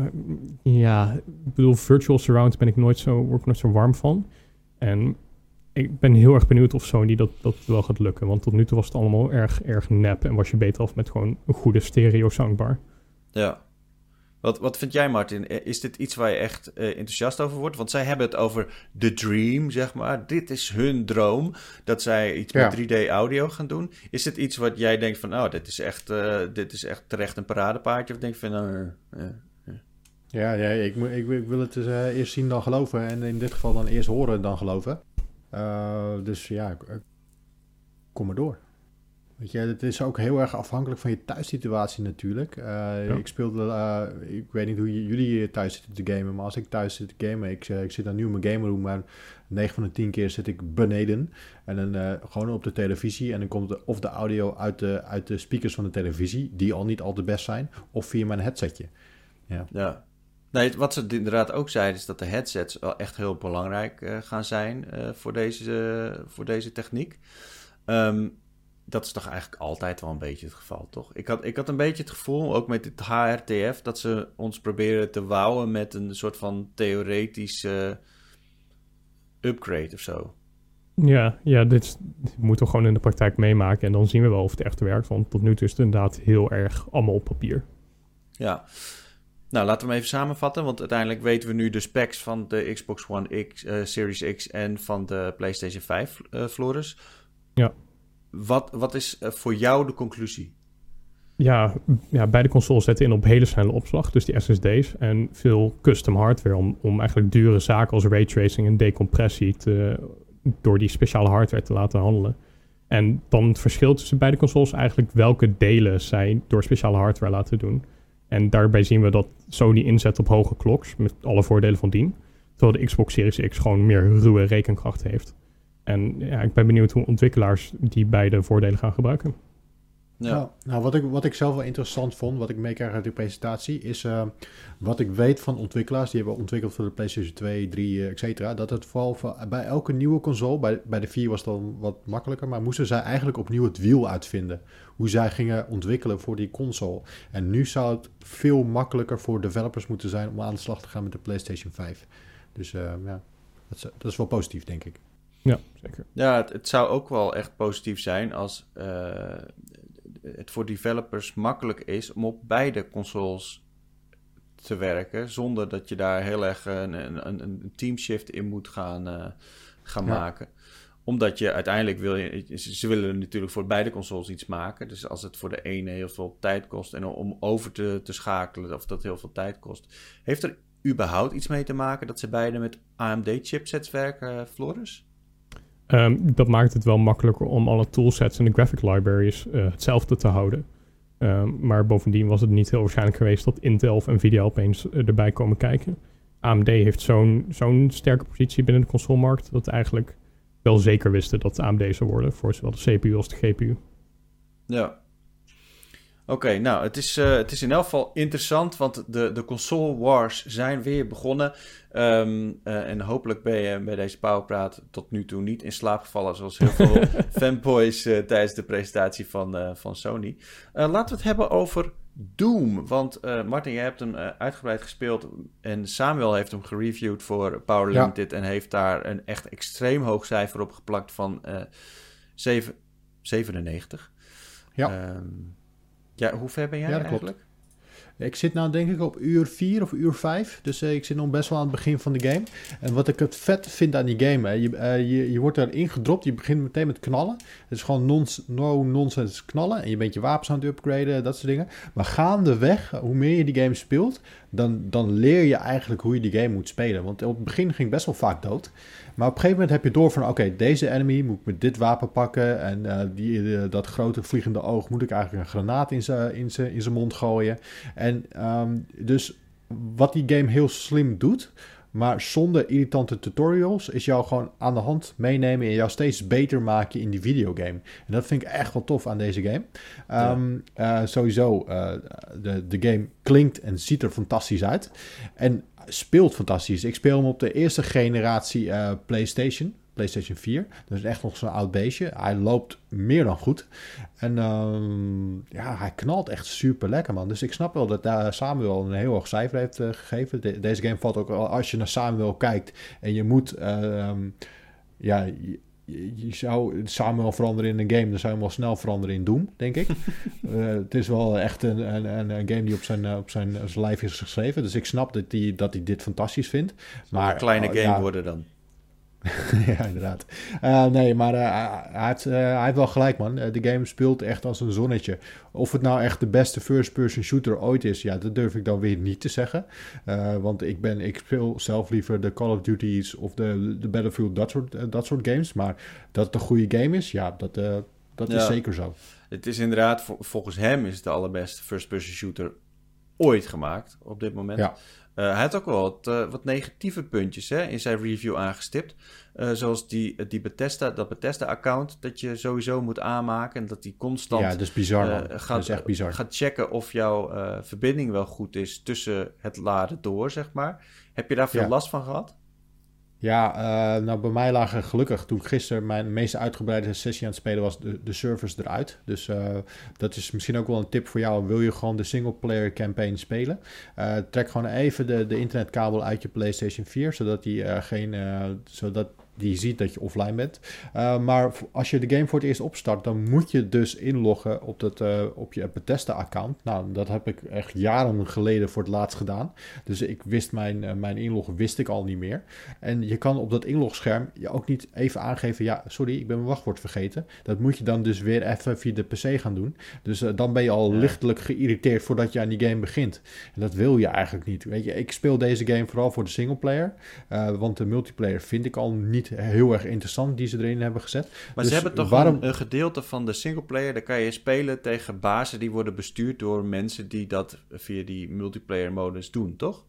ik bedoel, virtual surround word ik nooit zo warm van. En ik ben heel erg benieuwd of Sony dat wel gaat lukken. Want tot nu toe was het allemaal erg nep. En was je beter af met gewoon een goede stereo soundbar. Ja. Wat vind jij, Martin? Is dit iets waar je echt enthousiast over wordt? Want zij hebben het over the dream, zeg maar. Dit is hun droom, dat zij iets met 3D-audio gaan doen. Is dit iets wat jij denkt van, dit is echt terecht een paradepaardje? Of denk je van, Ja, ik wil het dus, eerst zien dan geloven. En in dit geval dan eerst horen dan geloven. Dus ja, kom maar door. Weet je, het is ook heel erg afhankelijk van je thuissituatie natuurlijk. Ik speelde, ik weet niet hoe jullie thuis zitten te gamen, maar als ik thuis zit te gamen, ik zit dan nu in mijn gameroom, maar 9 van de 10 keer zit ik beneden. En dan gewoon op de televisie en dan komt of de audio uit de speakers van de televisie, die al niet al te best zijn, of via mijn headsetje. Ja. Nee, wat ze inderdaad ook zeiden is dat de headsets wel echt heel belangrijk gaan zijn voor deze techniek. Dat is toch eigenlijk altijd wel een beetje het geval, toch? Ik had een beetje het gevoel, ook met het HRTF, dat ze ons proberen te wouwen met een soort van theoretische upgrade of zo. Ja, dit moeten we gewoon in de praktijk meemaken en dan zien we wel of het echt werkt. Want tot nu toe is het inderdaad heel erg allemaal op papier. Ja. Nou, laten we hem even samenvatten, want uiteindelijk weten we nu de specs van de Xbox One X, Series X en van de PlayStation 5, Floris. Ja. Wat is voor jou de conclusie? Ja, beide consoles zetten in op hele snelle opslag, dus die SSD's en veel custom hardware om eigenlijk dure zaken als raytracing en decompressie door die speciale hardware te laten handelen. En dan het verschil tussen beide consoles eigenlijk welke delen zij door speciale hardware laten doen. En daarbij zien we dat Sony inzet op hoge clocks, met alle voordelen van dien. Terwijl de Xbox Series X gewoon meer ruwe rekenkracht heeft. En ja, ik ben benieuwd hoe ontwikkelaars die beide voordelen gaan gebruiken. Ja. Nou, wat ik zelf wel interessant vond, wat ik meekrijg uit die presentatie, is wat ik weet van ontwikkelaars, die hebben ontwikkeld voor de PlayStation 2, 3, et cetera, dat het vooral bij elke nieuwe console, bij de 4 was het dan wat makkelijker, maar moesten zij eigenlijk opnieuw het wiel uitvinden. Hoe zij gingen ontwikkelen voor die console. En nu zou het veel makkelijker voor developers moeten zijn om aan de slag te gaan met de PlayStation 5. Dus dat is wel positief, denk ik. Ja, zeker. Ja, het zou ook wel echt positief zijn als het voor developers makkelijk is om op beide consoles te werken, zonder dat je daar heel erg een teamshift in moet gaan maken. Omdat je uiteindelijk ze willen natuurlijk voor beide consoles iets maken. Dus als het voor de ene heel veel tijd kost en om over te schakelen, of dat heel veel tijd kost. Heeft er überhaupt iets mee te maken dat ze beide met AMD-chipsets werken, Floris? Dat maakt het wel makkelijker om alle toolsets en de graphic libraries hetzelfde te houden. Maar bovendien was het niet heel waarschijnlijk geweest dat Intel of Nvidia opeens erbij komen kijken. AMD heeft zo'n sterke positie binnen de consolemarkt dat eigenlijk wel zeker wisten dat het AMD zou worden voor zowel de CPU als de GPU. Ja. Oké, nou, het is in elk geval interessant, want de console wars zijn weer begonnen. En hopelijk ben je bij deze Powerpraat tot nu toe niet in slaap gevallen, zoals heel veel fanboys tijdens de presentatie van Sony. Laten we het hebben over Doom, want Martin, jij hebt hem uitgebreid gespeeld en Samuel heeft hem gereviewd voor Power Limited en heeft daar een echt extreem hoog cijfer op geplakt van 97. Ja. Ja, hoe ver ben jij eigenlijk? Klopt. Ik zit nou denk ik op uur 4 of uur 5. Dus ik zit nog best wel aan het begin van de game. En wat ik het vet vind aan die game, je wordt erin gedropt. Je begint meteen met knallen. Het is gewoon no-nonsense knallen. En je bent je wapens aan het upgraden, dat soort dingen. Maar gaandeweg, hoe meer je die game speelt, dan leer je eigenlijk hoe je die game moet spelen. Want op het begin ging ik best wel vaak dood. Maar op een gegeven moment heb je door van, oké, deze enemy moet ik met dit wapen pakken. En dat grote vliegende oog moet ik eigenlijk een granaat in zijn mond gooien. En dus wat die game heel slim doet, maar zonder irritante tutorials is jou gewoon aan de hand meenemen en jou steeds beter maken in die videogame. En dat vind ik echt wel tof aan deze game. Sowieso, de game klinkt en ziet er fantastisch uit. En speelt fantastisch. Ik speel hem op de eerste generatie PlayStation 4. Dat is echt nog zo'n oud beestje. Hij loopt meer dan goed. En hij knalt echt super lekker, man. Dus ik snap wel dat Samuel een heel hoog cijfer heeft gegeven. Deze game valt ook, als je naar Samuel kijkt en je moet... je zou Samuel veranderen in een game, dan zou je hem wel snel veranderen in Doom, denk ik. Het is wel echt een game die op zijn lijf is geschreven. Dus ik snap dat hij dit fantastisch vindt. Maar een kleine game worden dan. Ja, inderdaad. Maar hij heeft wel gelijk, man. De game speelt echt als een zonnetje. Of het nou echt de beste first-person shooter ooit is, ja, dat durf ik dan weer niet te zeggen. Want ik speel zelf liever de Call of Duty's of de Battlefield, dat soort games. Maar dat het een goede game is, ja, dat is zeker zo. Het is inderdaad, volgens hem is het de allerbeste first-person shooter ooit gemaakt op dit moment. Ja. Hij had ook wel wat negatieve puntjes in zijn review aangestipt. Zoals dat Bethesda-account dat je sowieso moet aanmaken. En dat die constant dat is bizar, dat is echt bizar. Gaat checken of jouw verbinding wel goed is tussen het laden door, zeg maar. Heb je daar veel last van gehad? Ja, bij mij lagen gelukkig toen ik gisteren mijn meest uitgebreide sessie aan het spelen was de servers eruit. Dus dat is misschien ook wel een tip voor jou. Wil je gewoon de singleplayer campaign spelen? Trek gewoon even de internetkabel uit je PlayStation 4, zodat die ziet dat je offline bent. Maar als je de game voor het eerst opstart, dan moet je dus inloggen op je Bethesda-account. Nou, dat heb ik echt jaren geleden voor het laatst gedaan. Dus ik wist mijn inlog wist ik al niet meer. En je kan op dat inlogscherm je ook niet even aangeven, ja, sorry, ik ben mijn wachtwoord vergeten. Dat moet je dan dus weer even via de PC gaan doen. Dus dan ben je al lichtelijk geïrriteerd voordat je aan die game begint. En dat wil je eigenlijk niet. Weet je, ik speel deze game vooral voor de singleplayer. Want de multiplayer vind ik al niet heel erg interessant die ze erin hebben gezet. Maar ze hebben toch een gedeelte van de singleplayer, daar kan je spelen tegen bazen die worden bestuurd door mensen die dat via die multiplayer modus doen, toch?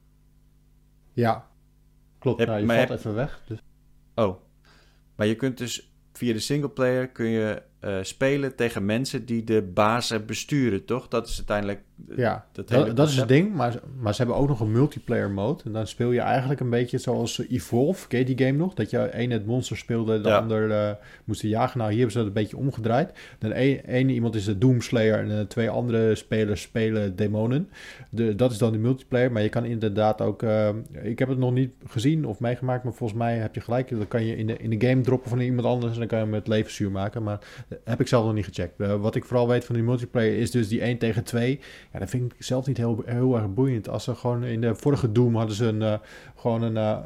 Ja, klopt. Je valt even weg. Dus. Oh, maar je kunt dus via de singleplayer kun je spelen tegen mensen die de bazen besturen, toch? Dat is uiteindelijk dat is het ding, maar ze hebben ook nog een multiplayer mode. En dan speel je eigenlijk een beetje zoals Evolve, ken je die game nog? Dat je één het monster speelde, de ander moest jagen. Nou, hier hebben ze dat een beetje omgedraaid. Dan één iemand is de Doomslayer en twee andere spelers spelen demonen. Dat is dan de multiplayer, maar je kan inderdaad ook... ik heb het nog niet gezien of meegemaakt, maar volgens mij heb je gelijk. Dan kan je in de game droppen van iemand anders en dan kan je hem met levenszuur maken, maar heb ik zelf nog niet gecheckt. Wat ik vooral weet van die multiplayer is dus die 1 tegen 2. Ja, dat vind ik zelf niet heel erg boeiend. Als ze gewoon in de vorige Doom hadden ze gewoon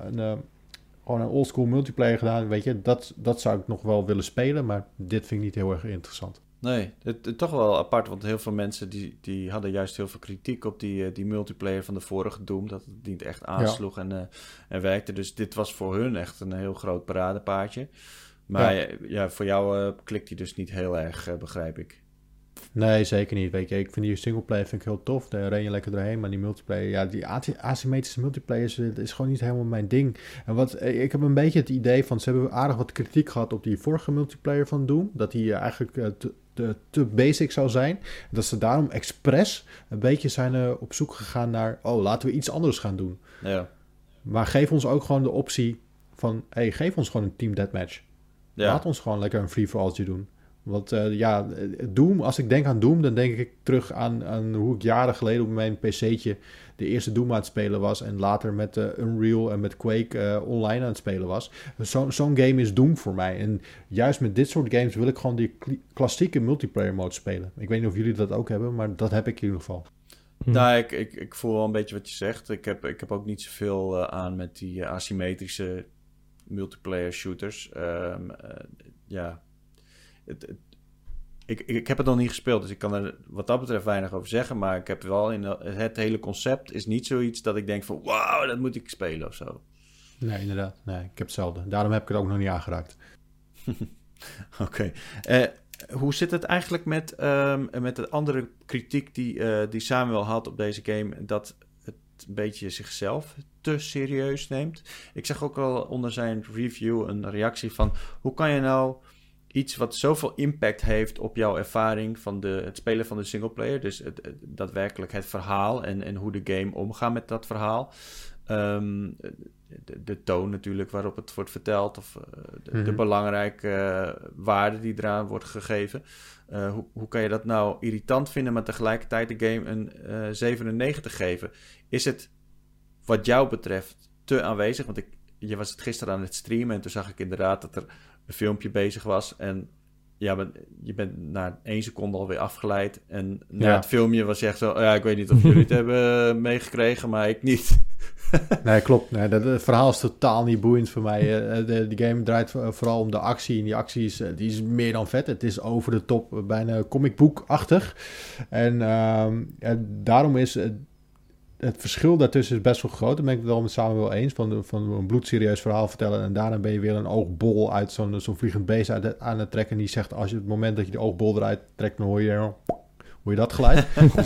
een oldschool multiplayer gedaan. Weet je, dat zou ik nog wel willen spelen, maar dit vind ik niet heel erg interessant. Nee, het toch wel apart, want heel veel mensen die hadden juist heel veel kritiek op die multiplayer van de vorige Doom, dat het niet echt aansloeg en werkte. Dus dit was voor hun echt een heel groot paradepaardje. Maar voor jou klikt die dus niet heel erg, begrijp ik. Nee, zeker niet. Weet je, ik vind die singleplayer vind ik heel tof. Daar ren je lekker doorheen. Maar die multiplayer, die asymmetrische multiplayer is gewoon niet helemaal mijn ding. En ik heb een beetje het idee van, ze hebben aardig wat kritiek gehad op die vorige multiplayer van Doom. Dat die eigenlijk te basic zou zijn. Dat ze daarom expres een beetje zijn op zoek gegaan naar, laten we iets anders gaan doen. Ja. Maar geef ons ook gewoon de optie van, geef ons gewoon een team deathmatch. Ja. Laat ons gewoon lekker een free-for-alltje doen. Want Doom, als ik denk aan Doom, dan denk ik terug aan hoe ik jaren geleden op mijn pc'tje de eerste Doom aan het spelen was en later met Unreal en met Quake online aan het spelen was. Zo'n game is Doom voor mij. En juist met dit soort games wil ik gewoon die klassieke multiplayer mode spelen. Ik weet niet of jullie dat ook hebben, maar dat heb ik in ieder geval. Nou, ik voel wel een beetje wat je zegt. Ik heb ook niet zoveel aan met die asymmetrische multiplayer shooters. Ik heb het nog niet gespeeld, dus ik kan er wat dat betreft weinig over zeggen. Maar ik heb wel het hele concept is niet zoiets dat ik denk van wauw, dat moet ik spelen of zo. Nee, inderdaad. Nee, ik heb hetzelfde. Daarom heb ik het ook nog niet aangeraakt. Oké. Hoe zit het eigenlijk met de andere kritiek die Samuel had op deze game? Dat een beetje zichzelf te serieus neemt. Ik zag ook al onder zijn review een reactie van... hoe kan je nou iets wat zoveel impact heeft op jouw ervaring van het spelen van de singleplayer... dus daadwerkelijk het verhaal en hoe de game omgaat met dat verhaal... De toon natuurlijk waarop het wordt verteld... of de belangrijke waarde die eraan wordt gegeven... Hoe kan je dat nou irritant vinden... maar tegelijkertijd de game een 97 geven? Is het wat jou betreft te aanwezig? Want je was het gisteren aan het streamen... en toen zag ik inderdaad dat er een filmpje bezig was... en ja, je bent na 1 seconde alweer afgeleid... en na het filmpje was je echt zo... ja, ik weet niet of jullie het hebben meegekregen... maar ik niet... Nee, klopt. Nee, het verhaal is totaal niet boeiend voor mij. De game draait vooral om de actie. En die actie die is meer dan vet. Het is over de top, bijna comicboekachtig. En daarom is het verschil daartussen is best wel groot. Daar ben ik het wel met Samuel eens. Van een bloedserieus verhaal vertellen... en daarna ben je weer een oogbol uit zo'n vliegend beest aan het trekken... en die zegt, als je het moment dat je de oogbol eruit trekt... dan hoor je dat geluid? Dus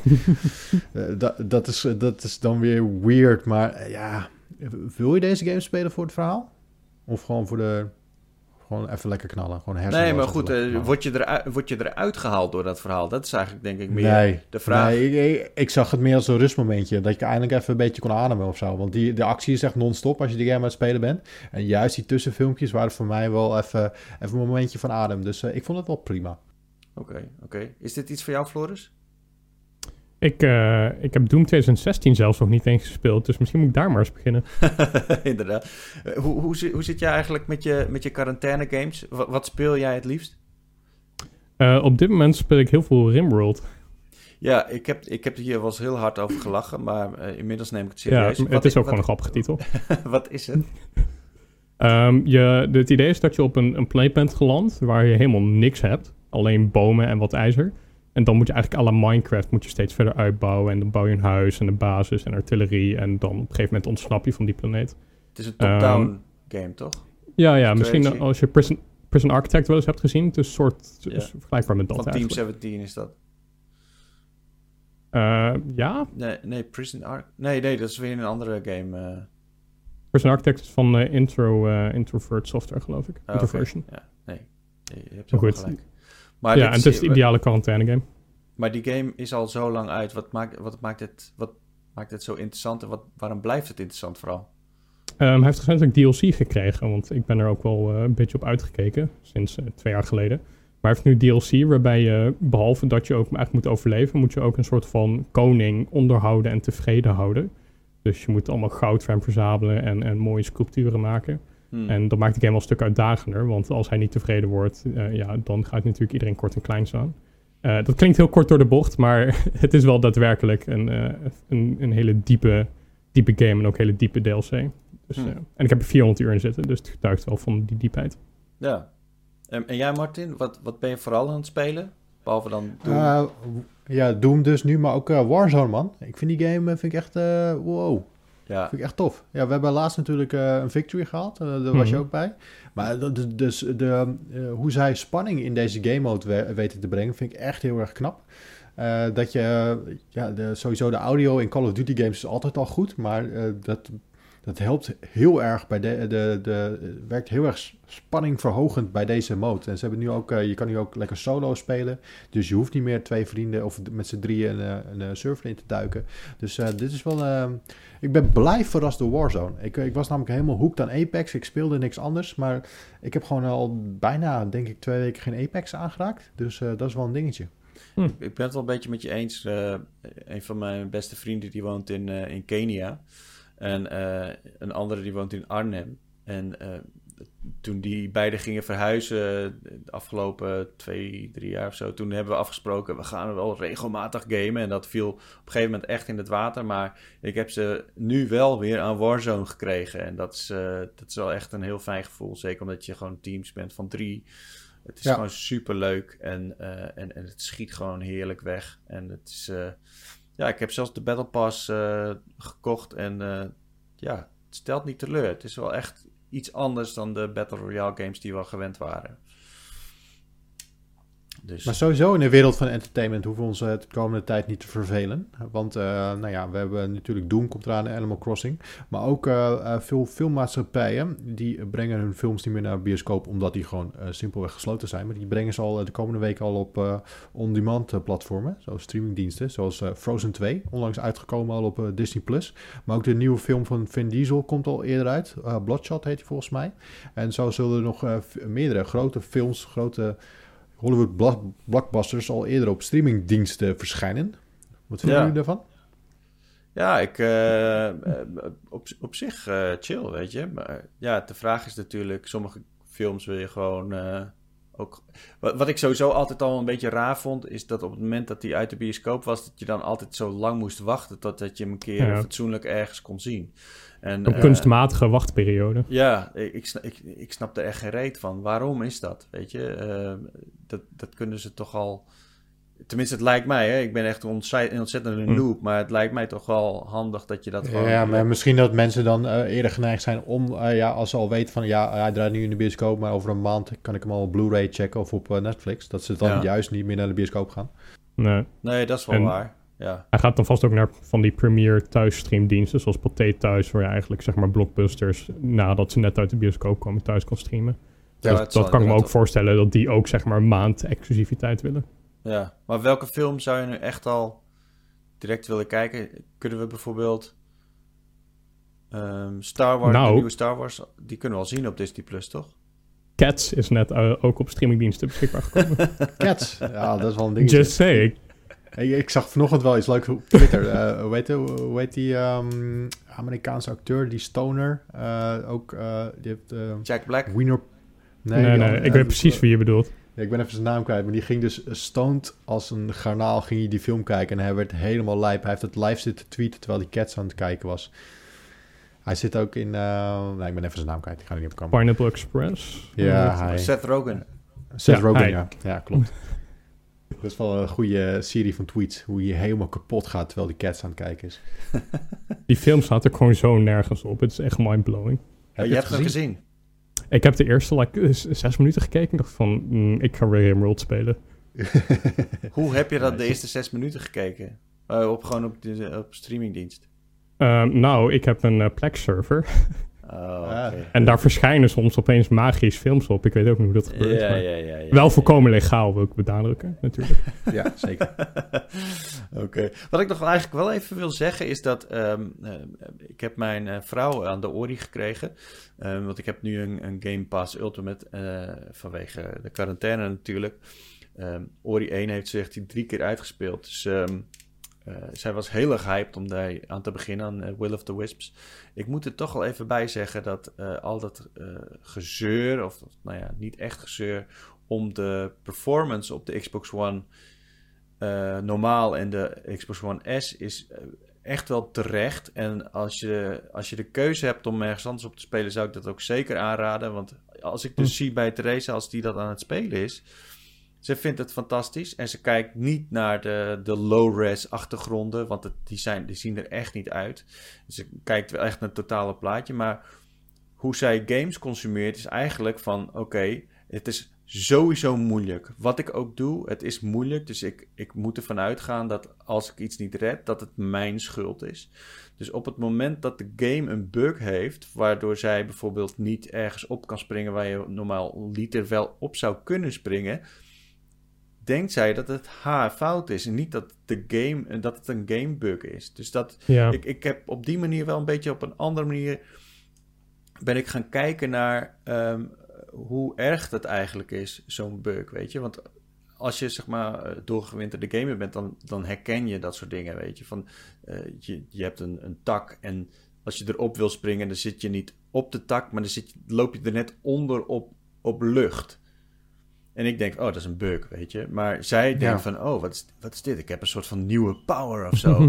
dat is dan weer weird. Maar wil je deze game spelen voor het verhaal? Of gewoon gewoon even lekker knallen? Gewoon nee, maar goed, word je eruit gehaald door dat verhaal? Dat is eigenlijk denk ik meer de vraag. Nee, ik zag het meer als een rustmomentje. Dat je eindelijk even een beetje kon ademen of zo. Want de actie is echt non-stop als je die game aan het spelen bent. En juist die tussenfilmpjes waren voor mij wel even een momentje van adem. Dus ik vond het wel prima. Oké. Is dit iets voor jou, Floris? Ik heb Doom 2016 zelfs nog niet eens gespeeld, dus misschien moet ik daar maar eens beginnen. Inderdaad. Hoe zit jij eigenlijk met je quarantaine games? Wat speel jij het liefst? Op dit moment speel ik heel veel RimWorld. Ja, ik heb hier wel eens heel hard over gelachen, maar inmiddels neem ik het serieus. Ja, het is ook gewoon een grappige titel. Wat is het? Het idee is dat je op een planeet bent geland waar je helemaal niks hebt. Alleen bomen en wat ijzer. En dan moet je eigenlijk à la Minecraft moet je steeds verder uitbouwen. En dan bouw je een huis en een basis en artillerie. En dan op een gegeven moment ontsnap je van die planeet. Het is een top-down game, toch? Ja, misschien als je Prison Architect wel eens hebt gezien. Het is een soort vergelijkbaar met dat. Van Team 17 is dat. Ja? Nee, Prison Architect... Nee, dat is weer een andere game. Prison Architect is van Introvert Software, geloof ik. Introversion. Okay. Ja, nee. Je hebt wel gelijk. Maar en het is de ideale quarantaine game. Maar die game is al zo lang uit. Wat maakt het zo interessant en waarom blijft het interessant vooral? Hij heeft recentelijk DLC gekregen, want ik ben er ook wel een beetje op uitgekeken sinds 2 jaar geleden. Maar hij heeft nu DLC waarbij je, behalve dat je ook eigenlijk moet overleven, moet je ook een soort van koning onderhouden en tevreden houden. Dus je moet allemaal goud voor hem verzamelen en mooie sculpturen maken. En dat maakt de game wel een stuk uitdagender, want als hij niet tevreden wordt, dan gaat natuurlijk iedereen kort en klein staan. Dat klinkt heel kort door de bocht, maar het is wel daadwerkelijk een hele diepe game en ook hele diepe DLC. Dus, en ik heb er 400 uur in zitten, dus het getuigt wel van die diepheid. Ja. En jij, Martin, wat ben je vooral aan het spelen? Behalve dan Doom? Doom dus nu, maar ook Warzone, man. Ik vind die game echt wow. Ja. Vind ik echt tof. Ja, we hebben laatst natuurlijk een victory gehaald. Daar was je ook bij. Maar hoe zij spanning in deze game mode weten te brengen, vind ik echt heel erg knap. Dat je, sowieso de audio in Call of Duty games is altijd al goed, maar dat helpt heel erg bij werkt heel erg spanningverhogend bij deze mode. En ze hebben nu ook, je kan nu ook lekker solo spelen. Dus je hoeft niet meer 2 vrienden of met z'n drieën een server in te duiken. Dus dit is wel... ik ben blij verrast door Warzone. Ik was namelijk helemaal hooked aan Apex. Ik speelde niks anders. Maar ik heb gewoon al bijna, denk ik, 2 weken geen Apex aangeraakt. Dus dat is wel een dingetje. Ik ben het wel een beetje met je eens. Een van mijn beste vrienden die woont in Kenia. En een andere die woont in Arnhem. En toen die beiden gingen verhuizen de afgelopen 2-3 jaar of zo, toen hebben we afgesproken, we gaan wel regelmatig gamen. En dat viel op een gegeven moment echt in het water. Maar ik heb ze nu wel weer aan Warzone gekregen. En dat is wel echt een heel fijn gevoel. Zeker omdat je gewoon teams bent van 3. Het is gewoon super leuk. En het schiet gewoon heerlijk weg. En het is... ik heb zelfs de Battle Pass gekocht en het stelt niet teleur. Het is wel echt iets anders dan de Battle Royale games die we al gewend waren. Dus. Maar sowieso in de wereld van entertainment hoeven we ons de komende tijd niet te vervelen. Want we hebben natuurlijk Doom komt eraan, Animal Crossing. Maar ook veel filmmaatschappijen die brengen hun films niet meer naar de bioscoop omdat die gewoon simpelweg gesloten zijn. Maar die brengen ze al de komende week al op on-demand platformen, zoals streamingdiensten. Zoals Frozen 2, onlangs uitgekomen al op Disney+. Maar ook de nieuwe film van Vin Diesel komt al eerder uit. Bloodshot heet hij volgens mij. En zo zullen er nog meerdere grote films, grote Hollywood blockbusters al eerder op streamingdiensten verschijnen. Wat vinden jullie daarvan? Ja, ik op zich chill, weet je. Maar ja, de vraag is natuurlijk, sommige films wil je gewoon ook... Wat ik sowieso altijd al een beetje raar vond, is dat op het moment dat die uit de bioscoop was, dat je dan altijd zo lang moest wachten totdat je hem een keer fatsoenlijk ergens kon zien. En, een kunstmatige wachtperiode. Ja, ik snap er echt geen reet van. Waarom is dat, weet je? Dat kunnen ze toch al... Tenminste, het lijkt mij, hè. Ik ben echt een ontzettende noob, maar het lijkt mij toch wel handig dat je dat gewoon... Ja, maar misschien dat mensen dan eerder geneigd zijn om, als ze al weten van, hij draait nu in de bioscoop, maar over een maand kan ik hem al op Blu-ray checken of op Netflix, dat ze dan juist niet meer naar de bioscoop gaan. Nee, dat is wel waar. Ja. Hij gaat dan vast ook naar van die premier thuisstreamdiensten, zoals Pathé Thuis, waar je eigenlijk zeg maar blockbusters, nadat ze net uit de bioscoop komen, thuis kan streamen. Ja, dus dat kan ik me ook voorstellen, dat die ook zeg maar een maand exclusiviteit willen. Ja, maar welke film zou je nu echt al direct willen kijken? Kunnen we bijvoorbeeld Star Wars, de nieuwe Star Wars, die kunnen we al zien op Disney+, toch? Cats is net ook op streamingdiensten beschikbaar gekomen. Cats, ja, dat is wel een dingetje. Just saying. Ik zag vanochtend wel iets leuks op Twitter. Hoe heet die Amerikaanse acteur, die stoner? Die heeft... Jack Black? Nee, ik weet precies wie je bedoelt. Ja, ik ben even zijn naam kwijt, maar die ging dus stoned als een garnaal ging hij die film kijken. En hij werd helemaal lijp. Hij heeft het live zitten tweeten terwijl hij Cats aan het kijken was. Hij zit ook in... ik ben even zijn naam kwijt. Ik ga er niet op komen. Pineapple Express? Ja, Seth Rogen. Seth Rogen, ja, klopt. Dat is wel een goede serie van tweets. Hoe je helemaal kapot gaat terwijl die Cats aan het kijken is. Die film staat er gewoon zo nergens op. Het is echt mindblowing. Je hebt hem gezien? Ik heb de eerste 6 minuten gekeken. Ik dacht van, ik ga weer Emerald spelen. Hoe heb je dat de eerste 6 minuten gekeken? Gewoon op streamingdienst? Ik heb een Plex-server. Okay. En daar verschijnen soms opeens magisch films op. Ik weet ook niet hoe dat gebeurt. Ja, wel volkomen legaal, wil ik benadrukken, natuurlijk. Ja, zeker. Oké. Wat ik nog eigenlijk wel even wil zeggen is dat ik heb mijn vrouw aan de orie gekregen. Want ik heb nu een Game Pass Ultimate vanwege de quarantaine natuurlijk. Ori 1 heeft zich 3 keer uitgespeeld. Dus zij was heel erg hyped om daar aan te beginnen, aan Will of the Wisps. Ik moet er toch wel even bij zeggen dat al dat gezeur, of niet echt gezeur, om de performance op de Xbox One normaal en de Xbox One S is echt wel terecht. En als je de keuze hebt om ergens anders op te spelen, zou ik dat ook zeker aanraden. Want als ik dus zie bij Theresa, als die dat aan het spelen is, ze vindt het fantastisch en ze kijkt niet naar de low-res achtergronden, want die zien er echt niet uit. Ze kijkt wel echt naar het totale plaatje, maar hoe zij games consumeert is eigenlijk van, oké, het is sowieso moeilijk. Wat ik ook doe, het is moeilijk, dus ik moet ervan uitgaan dat als ik iets niet red, dat het mijn schuld is. Dus op het moment dat de game een bug heeft, waardoor zij bijvoorbeeld niet ergens op kan springen waar je normaal liter wel op zou kunnen springen, denkt zij dat het haar fout is en niet dat het een gamebug is. Dus ik heb op die manier wel een beetje op een andere manier ben ik gaan kijken naar hoe erg dat eigenlijk is, zo'n bug, weet je. Want als je zeg maar doorgewinterde gamer bent, dan herken je dat soort dingen, weet je. Van je hebt een tak en als je erop wil springen, dan zit je niet op de tak, maar dan loop je er net onder op lucht. En ik denk, dat is een bug, weet je. Maar zij denkt van, wat is dit? Ik heb een soort van nieuwe power of zo.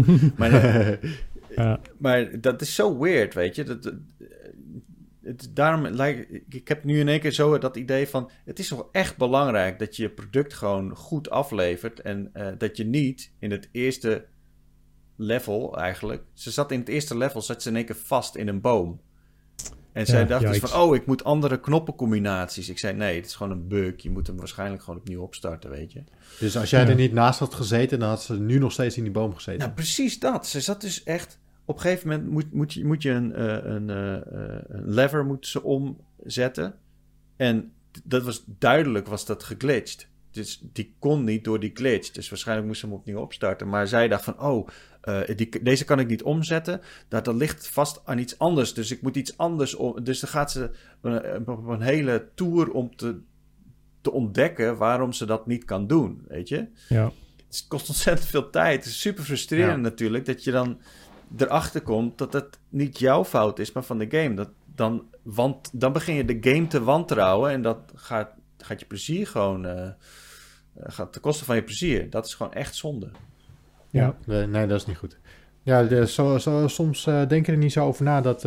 Maar dat is zo weird, weet je. Daarom ik heb nu in één keer zo dat idee van, het is toch echt belangrijk dat je je product gewoon goed aflevert. En dat je niet in het eerste level eigenlijk. Ze zat in het eerste level, zat ze in één keer vast in een boom. En zij dacht dus van, ik moet andere knoppencombinaties. Ik zei, nee, het is gewoon een bug. Je moet hem waarschijnlijk gewoon opnieuw opstarten, weet je. Dus als jij er niet naast had gezeten, dan had ze nu nog steeds in die boom gezeten. Nou, precies dat. Ze zat dus echt... Op een gegeven moment moet je een lever moet ze omzetten. En dat was duidelijk, was dat geglitcht. Dus die kon niet door die glitch. Dus waarschijnlijk moest ze hem opnieuw opstarten. Maar zij dacht van, deze kan ik niet omzetten. Dat ligt vast aan iets anders. Dus ik moet iets anders om. Dus dan gaat ze op een hele tour om te ontdekken waarom ze dat niet kan doen. Weet je? Ja. Het kost ontzettend veel tijd. Het is super frustrerend natuurlijk dat je dan erachter komt dat het niet jouw fout is, maar van de game. Dan begin je de game te wantrouwen en dat gaat je plezier gewoon... gaat ten koste van je plezier. Dat is gewoon echt zonde. Ja, nee, dat is niet goed. Ja, soms denk je er niet zo over na dat...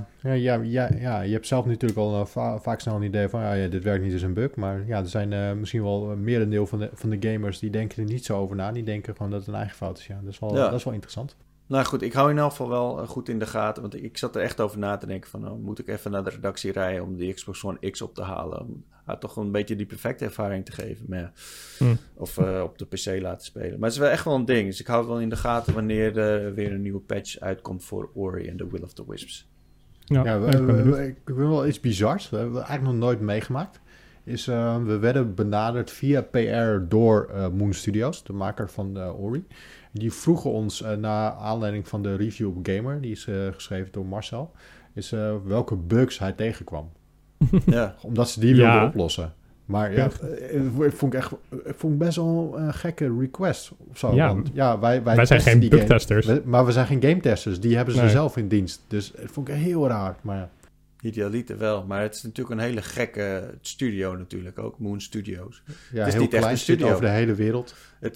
je hebt zelf natuurlijk al vaak snel een idee van... dit werkt niet, is een bug. Maar ja, er zijn misschien wel merendeel van de gamers... die denken er niet zo over na. Die denken gewoon dat het een eigen fout is. Ja, dat is wel interessant. Nou goed, ik hou in elk geval wel goed in de gaten. Want ik zat er echt over na te denken van... moet ik even naar de redactie rijden om de Xbox One X op te halen? Om haar toch een beetje die perfecte ervaring te geven. Maar of op de PC laten spelen. Maar het is wel echt wel een ding. Dus ik hou het wel in de gaten wanneer er weer een nieuwe patch uitkomt voor Ori en The Will of the Wisps. Ik wil wel iets bizars. We hebben eigenlijk nog nooit meegemaakt. We werden benaderd via PR door Moon Studios, de maker van Ori. Die vroegen ons, naar aanleiding van de review op Gamer, die is geschreven door Marcel, welke bugs hij tegenkwam. Ja. Omdat ze die wilden oplossen. Maar ik vond best wel een gekke request. Of zo. Ja. Want wij zijn geen bugtesters. Maar we zijn geen game testers. Die hebben ze zelf in dienst. Dus het vond ik heel raar. Maar ja. Idealiter wel, maar het is natuurlijk een hele gekke studio natuurlijk ook, Moon Studios. Ja, het is heel niet klein, echt een studio. Over de hele wereld.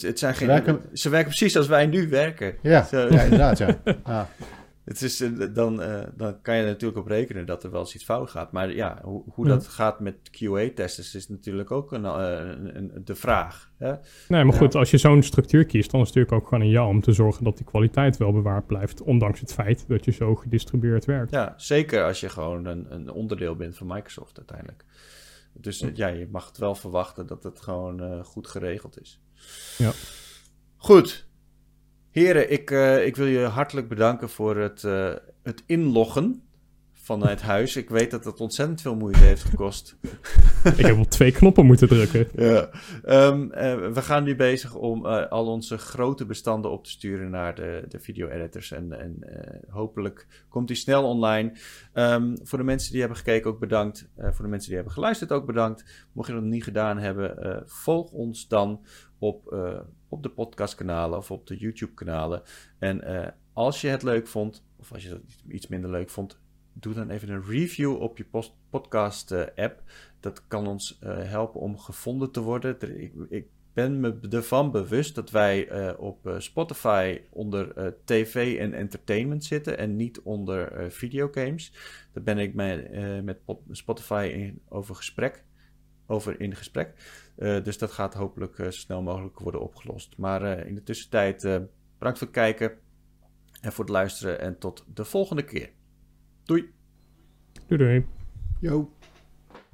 Ze werken precies als wij nu werken. Ja, inderdaad, ja. Ah. Het is, dan kan je natuurlijk op rekenen dat er wel eens iets fout gaat. Maar ja, hoe dat gaat met QA-testers is natuurlijk ook de vraag. Hè? Nee, maar goed, als je zo'n structuur kiest, dan is het natuurlijk ook gewoon aan jou om te zorgen dat die kwaliteit wel bewaard blijft, ondanks het feit dat je zo gedistribueerd werkt. Ja, zeker als je gewoon een onderdeel bent van Microsoft uiteindelijk. Dus je mag het wel verwachten dat het gewoon goed geregeld is. Ja. Goed. Heren, ik wil je hartelijk bedanken voor het inloggen vanuit huis. Ik weet dat het ontzettend veel moeite heeft gekost. Ik heb op 2 knoppen moeten drukken. Ja. We gaan nu bezig om al onze grote bestanden op te sturen naar de video-editors. En hopelijk komt die snel online. Voor de mensen die hebben gekeken ook bedankt. Voor de mensen die hebben geluisterd ook bedankt. Mocht je dat nog niet gedaan hebben, volg ons dan op de podcastkanalen of op de YouTube-kanalen. En als je het leuk vond, of als je het iets minder leuk vond, doe dan even een review op je podcast-app. Dat kan ons helpen om gevonden te worden. Ik ben me ervan bewust dat wij op Spotify onder tv en entertainment zitten en niet onder videogames. Daar ben ik met Spotify in gesprek. Dus dat gaat hopelijk zo snel mogelijk worden opgelost. Maar in de tussentijd bedankt voor het kijken en voor het luisteren en tot de volgende keer. Doei. Doei. Yo.